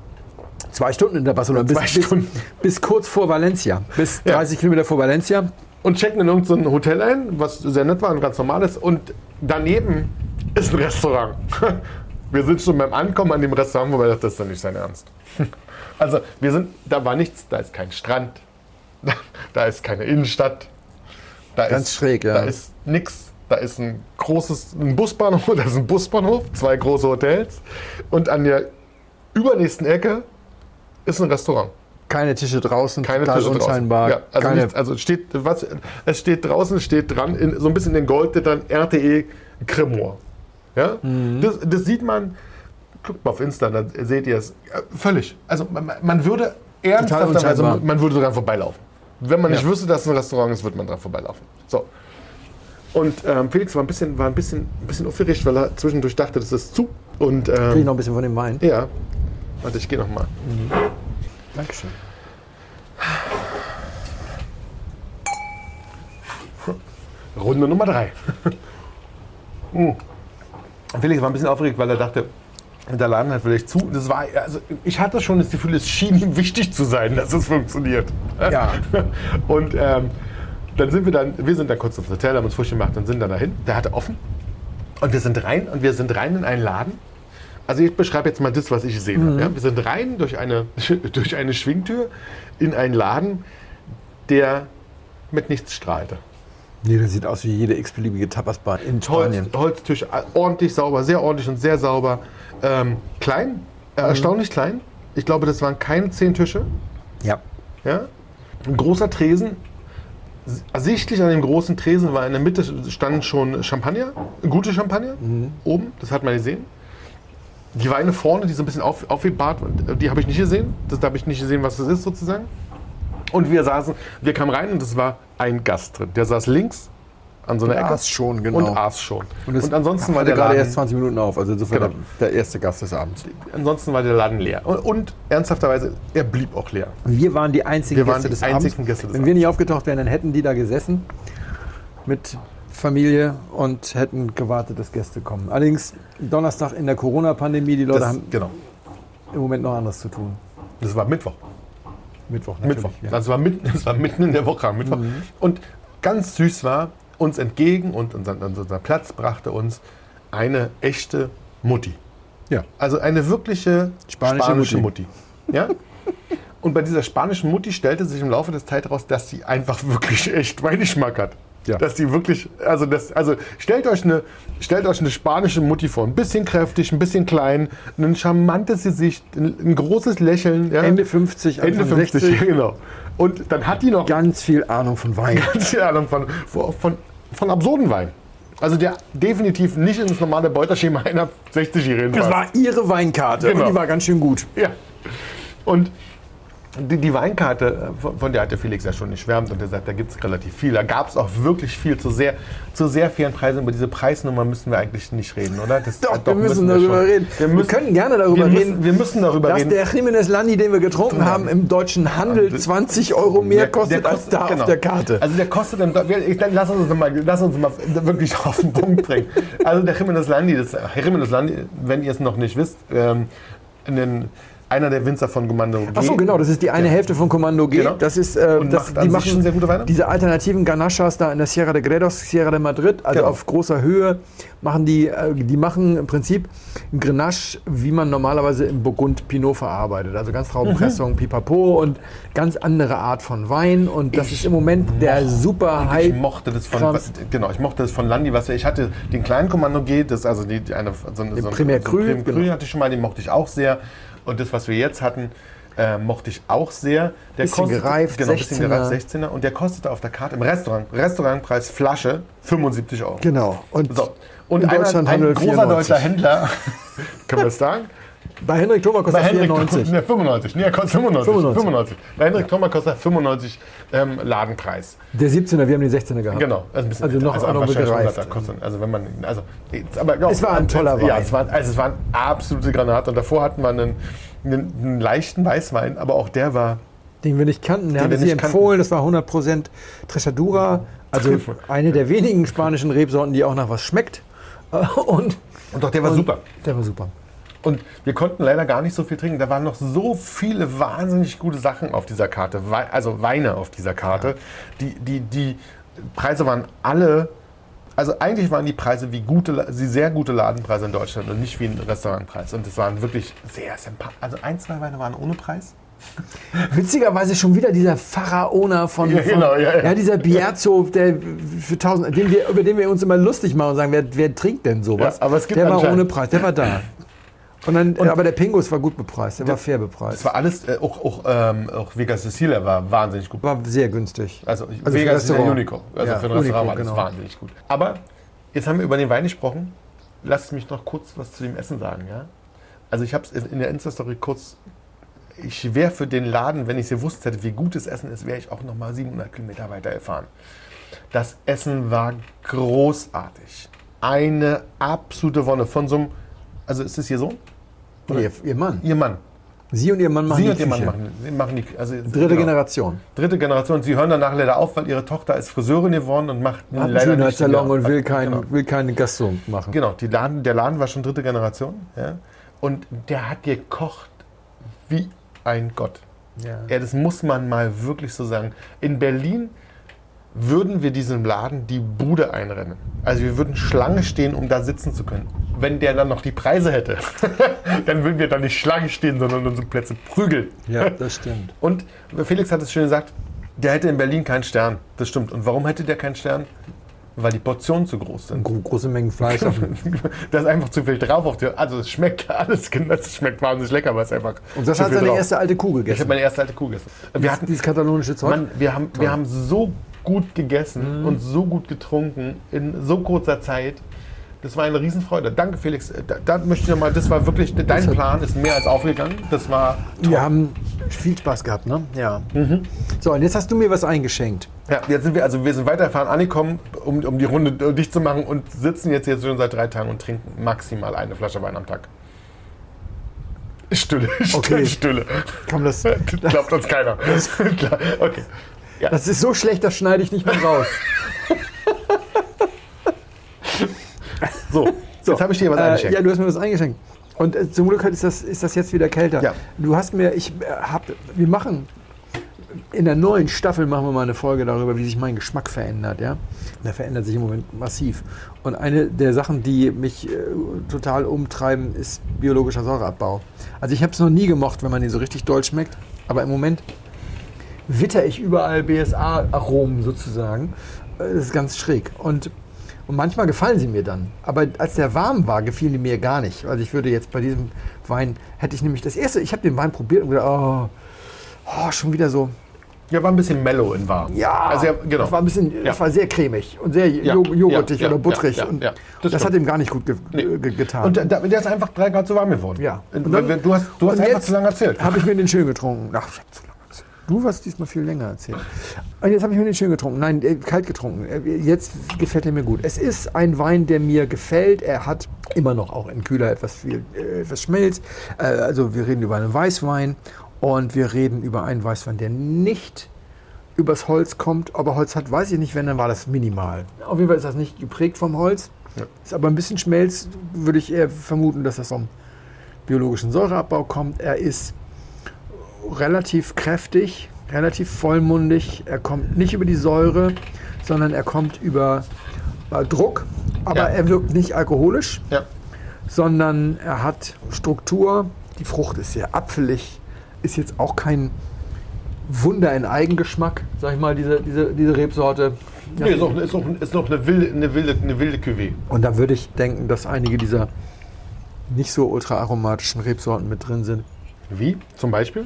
2 Stunden hinter Barcelona. Bis kurz vor Valencia. Bis 30 Kilometer vor Valencia. Und checken in irgendein Hotel ein, was sehr nett war und ganz normal ist. Und daneben ist ein Restaurant. Wir sind schon beim Ankommen an dem Restaurant, wobei das ist dann nicht sein Ernst. Also da war nichts, da ist kein Strand, da ist keine Innenstadt, da ist nichts, da ist ein Busbahnhof, 2 große Hotels und an der übernächsten Ecke ist ein Restaurant. Keine Tische draußen, keine Tische unscheinbar. Ja, also es steht draußen, steht dran, so ein bisschen in Gold, dann RTE Cremor. Ja? Mhm. Das sieht man. Guckt mal auf Insta, dann seht ihr es völlig. Also man würde ernsthafterweise, man würde dran vorbeilaufen. Wenn man nicht wüsste, dass es ein Restaurant ist, würde man dran vorbeilaufen. So. Und Felix war ein bisschen aufgeregt, weil er zwischendurch dachte, das ist zu. Und kriege ich noch ein bisschen von dem Wein? Ja. Warte, ich gehe noch mal. Mhm. Dankeschön. Runde Nummer 3. Felix war ein bisschen aufgeregt, weil er dachte, der Laden hat vielleicht zu. Ich hatte schon das Gefühl, es schien ihm wichtig zu sein, dass es funktioniert. Ja. Und dann sind wir sind dann kurz ins Hotel, haben uns frisch gemacht und sind dann dahin. Der hatte offen. Und wir sind rein in einen Laden. Also ich beschreibe jetzt mal das, was ich gesehen habe. Ja? Wir sind rein durch eine Schwingtür in einen Laden, der mit nichts strahlte. Nee, das sieht aus wie jede x-beliebige Tapasbar in Spanien. Holztisch, ordentlich sauber, sehr ordentlich und sehr sauber. Klein, erstaunlich klein. Ich glaube, das waren keine 10 Tische. Ja. Ein großer Tresen. Sichtlich an dem großen Tresen war in der Mitte stand schon Champagner, gute Champagner, oben, das hat man gesehen. Die Weine vorne, die so ein bisschen aufgebahrt, die habe ich nicht gesehen. Da habe ich nicht gesehen, was das ist sozusagen. Und wir kamen rein und es war ein Gast drin. Der saß links an so einer Ecke. Aß schon, genau. Und aß schon. Und ansonsten war der gerade erst 20 Minuten auf, also insofern der erste Gast des Abends. Ansonsten war der Laden leer. Und ernsthafterweise, er blieb auch leer. Wir waren die einzigen Gäste des Abends. Wenn wir nicht aufgetaucht wären, dann hätten die da gesessen mit Familie und hätten gewartet, dass Gäste kommen. Allerdings Donnerstag in der Corona-Pandemie, die Leute haben im Moment noch anderes zu tun. Das war Mittwoch. Mittwoch, natürlich. Ja. Das war mitten in der Woche am Mittwoch. Und ganz süß war, uns entgegen und unser Platz brachte uns eine echte Mutti. Ja. Also eine wirkliche spanische Mutti. Ja? Und bei dieser spanischen Mutti stellte sich im Laufe des Zeit raus, dass sie einfach wirklich echt Weingeschmack hat. Ja. Dass die wirklich, also stellt euch eine spanische Mutti vor, ein bisschen kräftig, ein bisschen klein, ein charmantes Gesicht, ein großes Lächeln. Ja? Ende 50, Anfang 60. Genau. Und dann hat die noch ganz viel Ahnung von Wein. Ganz viel Ahnung von absurden Wein. Also der definitiv nicht ins normale Beuterschema einer 60-Jährigen Das war ihre Weinkarte und die war ganz schön gut. Ja. Und die Weinkarte, von der hat der Felix ja schon geschwärmt und er sagt, da gibt es relativ viel. Da gab es auch wirklich viel zu sehr fairen Preisen. Über diese Preisnummer müssen wir eigentlich nicht reden, oder? Wir müssen darüber reden. Wir können gerne darüber reden. Wir müssen darüber reden. Dass der Jiménez Landi, den wir getrunken haben, im deutschen Handel 20 € mehr kostet als da auf der Karte. Also der kostet, lass uns mal wirklich auf den Punkt bringen. Also der Jiménez Landi, wenn ihr es noch nicht wisst, einer der Winzer von Kommando G. Achso, genau, das ist die eine Hälfte von Kommando G. Genau. Das ist, die machen schon sehr gute Weine. Diese alternativen Ganachas da in der Sierra de Gredos, Sierra de Madrid, also auf großer Höhe, machen die machen im Prinzip ein Grenache, wie man normalerweise im Burgund Pinot verarbeitet. Also ganz Traubenpressung, Pipapo und ganz andere Art von Wein. Und das ist im Moment der super Hype. Ich mochte das von Landi. Ich hatte den kleinen Kommando G, das also den Premier Cru hatte ich schon mal, den mochte ich auch sehr. Und das, was wir jetzt hatten, mochte ich auch sehr. Der bisschen gereift, 16er. Und der kostete auf der Karte im Restaurantpreis Flasche 75 €. Genau. Und ein großer deutscher Händler, können wir das sagen? Bei Henrik Thoma kostet er 94. 95. Nee, er kostet 95. Bei Henrik Thoma kostet er 95 Ladenpreis. Der 17er, wir haben den 16er gehabt. Genau. Also noch gereift. Es war ein toller Wein. Ja, es war eine absolute Granate. Und davor hatten wir einen leichten Weißwein, aber auch der war... Den wir nicht kannten. Der hat sie empfohlen. Das war 100% Trechadura. Also eine der wenigen spanischen Rebsorten, die auch nach was schmeckt. Und doch, der war super. Der war super. Und wir konnten leider gar nicht so viel trinken. Da waren noch so viele wahnsinnig gute Sachen auf dieser Karte, also Weine auf dieser Karte. Die Preise waren alle, also eigentlich waren die Preise wie sehr gute Ladenpreise in Deutschland und nicht wie ein Restaurantpreis. Und es waren wirklich sehr sympathisch. Also 1, 2 Weine waren ohne Preis. Witzigerweise schon wieder dieser Pharaoner von dieser Bierzo, der für 1000, über den wir uns immer lustig machen und sagen, wer trinkt denn sowas? Ja, aber es gibt der war ohne Preis, der war da. Aber der Pingus war gut bepreist, der war fair bepreist. Es war alles, auch Vega Sicilia war wahnsinnig gut. War sehr günstig. Also Vega Sicilia Unico, für ein Restaurant war das wahnsinnig gut. Aber jetzt haben wir über den Wein gesprochen. Lasst mich noch kurz was zu dem Essen sagen. Ja? Also ich habe es in der Insta-Story kurz, ich wäre für den Laden, wenn ich gewusst hätte, wie gut das Essen ist, wäre ich auch nochmal 700 Kilometer weiter gefahren. Das Essen war großartig. Eine absolute Wonne von so einem, also ist das Ihr Sohn? Ihr Mann. Ihr Mann. Sie und Ihr Mann machen die Küche. machen die also Dritte Generation. Dritte Generation. Sie hören danach leider auf, weil ihre Tochter ist Friseurin geworden und macht einen Schönheitssalon und will keine Gastro machen. Genau, der Laden war schon dritte Generation. Ja? Und der hat gekocht wie ein Gott. Ja, das muss man mal wirklich so sagen. In Berlin würden wir diesem Laden die Bude einrennen. Also wir würden Schlange stehen, um da sitzen zu können. Wenn der dann noch die Preise hätte, dann würden wir da nicht Schlange stehen, sondern unsere Plätze prügeln. Ja, das stimmt. Und Felix hat es schön gesagt, der hätte in Berlin keinen Stern. Das stimmt. Und warum hätte der keinen Stern? Weil die Portionen zu groß sind. Große Mengen Fleisch. Da ist einfach zu viel drauf. Also es schmeckt alles, das schmeckt wahnsinnig lecker, aber es ist einfach. Und das hat seine erste alte Kuh gegessen. Ich habe meine erste alte Kuh gegessen. Wir hatten dieses katalonische Zeug. Mann, wir haben so gut gegessen und so gut getrunken in so kurzer Zeit. Das war eine Riesenfreude. Danke, Felix. Da möchte ich nochmal, das war wirklich, dein Plan ist mehr als aufgegangen. Das war toll. Wir haben viel Spaß gehabt, ne? Ja. Mhm. So, und jetzt hast du mir was eingeschenkt. Ja, jetzt sind wir sind weitergefahren, angekommen, um die Runde dicht zu machen und sitzen jetzt schon seit 3 Tagen und trinken maximal eine Flasche Wein am Tag. Stille. Komm, das glaubt uns keiner. Okay. Ja. Das ist so schlecht, das schneide ich nicht mehr raus. So, jetzt habe ich dir was eingeschenkt. Ja, du hast mir was eingeschenkt. Und zum Glück ist das jetzt wieder kälter. Ja. Du hast mir, wir machen, in der neuen Staffel machen wir mal eine Folge darüber, wie sich mein Geschmack verändert. Ja? Der verändert sich im Moment massiv. Und eine der Sachen, die mich total umtreiben, ist biologischer Säureabbau. Also ich habe es noch nie gemocht, wenn man ihn so richtig doll schmeckt. Aber im Moment witter ich überall BSA-Aromen sozusagen. Das ist ganz schräg. Und manchmal gefallen sie mir dann. Aber als der warm war, gefielen die mir gar nicht. Also ich würde jetzt bei diesem Wein, hätte ich nämlich das erste, ich habe den Wein probiert und gedacht, schon wieder so. Ja, war ein bisschen mellow in warm. Ja, also, ja, genau. Das war ein bisschen, das war sehr cremig und sehr joghurtig oder butterig. Und das hat ihm gar nicht gut getan. Und der ist einfach 3 Grad zu warm geworden. Ja. Und du hast einfach zu lange erzählt. Habe ich mir den schön getrunken. Ach, ich habe zu lange erzählt. Du hast diesmal viel länger erzählt. Und jetzt habe ich mir den schön getrunken. Nein, kalt getrunken. Jetzt gefällt er mir gut. Es ist ein Wein, der mir gefällt. Er hat immer noch auch in Kühler etwas Schmelz. Also wir reden über einen Weißwein. Und wir reden über einen Weißwein, der nicht übers Holz kommt. Ob er Holz hat, weiß ich nicht. Wenn, dann war das minimal. Auf jeden Fall ist das nicht geprägt vom Holz. Ja. Ist aber ein bisschen Schmelz, würde ich eher vermuten, dass das vom biologischen Säureabbau kommt. Er ist relativ kräftig, relativ vollmundig. Er kommt nicht über die Säure, sondern er kommt über Druck. Aber er wirkt nicht alkoholisch, sondern er hat Struktur. Die Frucht ist sehr apfelig. Ist jetzt auch kein Wunder in Eigengeschmack, sag ich mal, diese Rebsorte. Nee, ist noch eine wilde Cuvée. Und da würde ich denken, dass einige dieser nicht so ultra aromatischen Rebsorten mit drin sind. Wie? Zum Beispiel?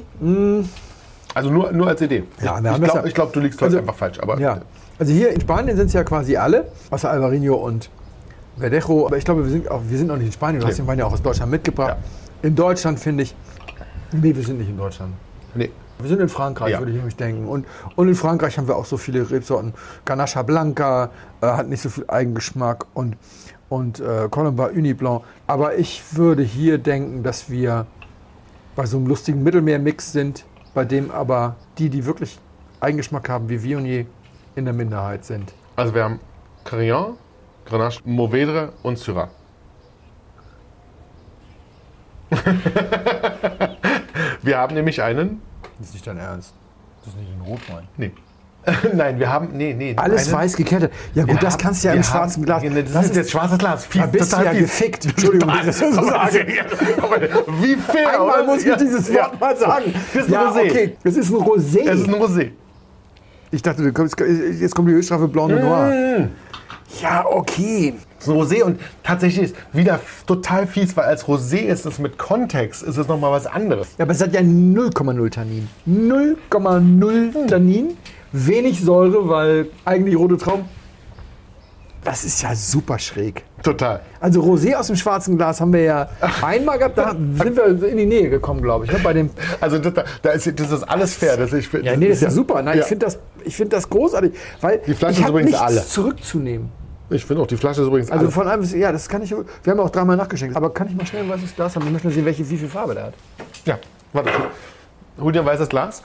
Also nur als Idee. Ja, ich glaube, du liegst heute einfach falsch. Aber ja. Also hier in Spanien sind es ja quasi alle, außer Alvarinho und Verdejo. Aber ich glaube, wir sind auch nicht in Spanien. Du hast den Wein ja auch aus Deutschland mitgebracht. Ja. In Deutschland finde ich... Nee, wir sind nicht in Deutschland. Nee. Wir sind in Frankreich, würde ich nämlich denken. Und in Frankreich haben wir auch so viele Rebsorten. Grenache Blanca hat nicht so viel Eigengeschmack und Colomba Uni Blanc. Aber ich würde hier denken, dass wir bei so einem lustigen Mittelmeermix sind, bei dem aber die wirklich Eigengeschmack haben, wie Viognier, in der Minderheit sind. Also wir haben Carignan, Grenache, Mourvèdre und Syrah. Wir haben nämlich einen... Das ist nicht dein Ernst. Das ist nicht ein Rotwein. Nee. Nein, wir haben... Nee. Alles weiß gekettet. Ja gut, das kannst du ja im schwarzen Glas... Das ist jetzt schwarzes Glas. Da bist du ja gefickt. Entschuldigung, wenn ich das so sage. Wie fair. Einmal muss ich dieses Wort mal sagen. Das ist ein Rosé. Okay. Das ist ein Rosé. Es ist ein Rosé. Ich dachte, jetzt kommt die Höchststrafe Blanc de Noir. Ja, okay. Das ist ein Rosé und tatsächlich ist wieder total fies, weil als Rosé ist es mit Kontext, ist es nochmal was anderes. Ja, aber es hat ja 0,0 Tannin. 0,0 Tannin. Wenig Säure, weil eigentlich rote Trauben. Das ist ja super schräg. Total. Also Rosé aus dem schwarzen Glas haben wir ja einmal gehabt, da sind wir in die Nähe gekommen, glaube ich. Bei dem also das ist alles fair. Das ist ja super. Nein, ich finde das großartig, weil die Flaschen ich habe nichts alle zurückzunehmen. Ich finde auch, die Flasche ist übrigens also von allem, ja, das kann ich, wir haben auch 3-mal nachgeschenkt. Aber kann ich mal schnell ein weißes Glas haben? Wir möchten sehen, wie viel Farbe der hat. Ja, warte. Hol dir ein weißes Glas.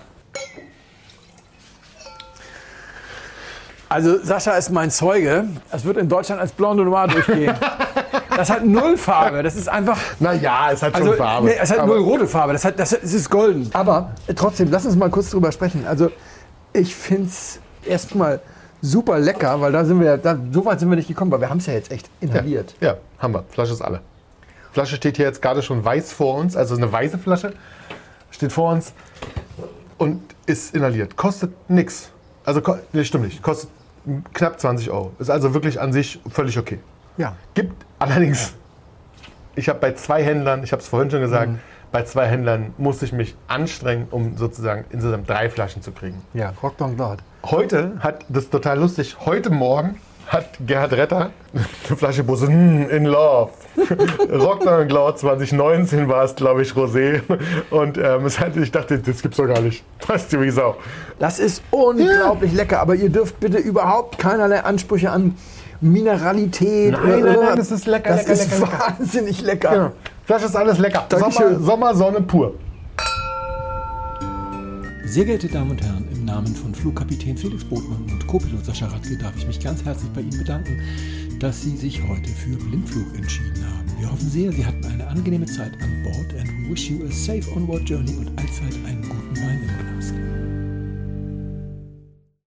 Also Sascha ist mein Zeuge. Es wird in Deutschland als Blanc de Noir durchgehen. Das hat 0 Farbe. Das ist einfach... Naja, es hat schon Farbe. Nee, es hat 0 rote Farbe. Es ist golden. Aber trotzdem, lass uns mal kurz drüber sprechen. Also ich finde es erstmal super lecker, weil so weit sind wir nicht gekommen, weil wir haben es ja jetzt echt inhaliert. Ja, haben wir. Flasche ist alle. Flasche steht hier jetzt gerade schon weiß vor uns, also eine weiße Flasche steht vor uns und ist inhaliert. Kostet nichts. Also, nee, stimmt nicht. Kostet knapp 20 €. Ist also wirklich an sich völlig okay. Ja. Gibt allerdings, ich habe bei 2 Händlern, ich habe es vorhin schon gesagt, bei 2 Händlern musste ich mich anstrengen, um sozusagen insgesamt 3 Flaschen zu kriegen. Ja, Rock d'Anglade. Heute das ist total lustig, heute Morgen hat Gerhard Retter eine Flasche Busse in Love. Rock d'Anglade 2019 war es, glaube ich, Rosé. Und ich dachte, das gibt's doch gar nicht. Passt wie Sau. Das ist unglaublich lecker, aber ihr dürft bitte überhaupt keinerlei Ansprüche an Mineralität. Nein, das ist lecker. Das ist wahnsinnig lecker. Ja. Flasche ist alles lecker. Dankeschön. Sommersonne pur. Sehr geehrte Damen und Herren, im Namen von Flugkapitän Felix Botmann und Co-Pilot Sascha Radke darf ich mich ganz herzlich bei Ihnen bedanken, dass Sie sich heute für Blindflug entschieden haben. Wir hoffen sehr, Sie hatten eine angenehme Zeit an Bord and we wish you a safe onward journey und allzeit einen guten Wein im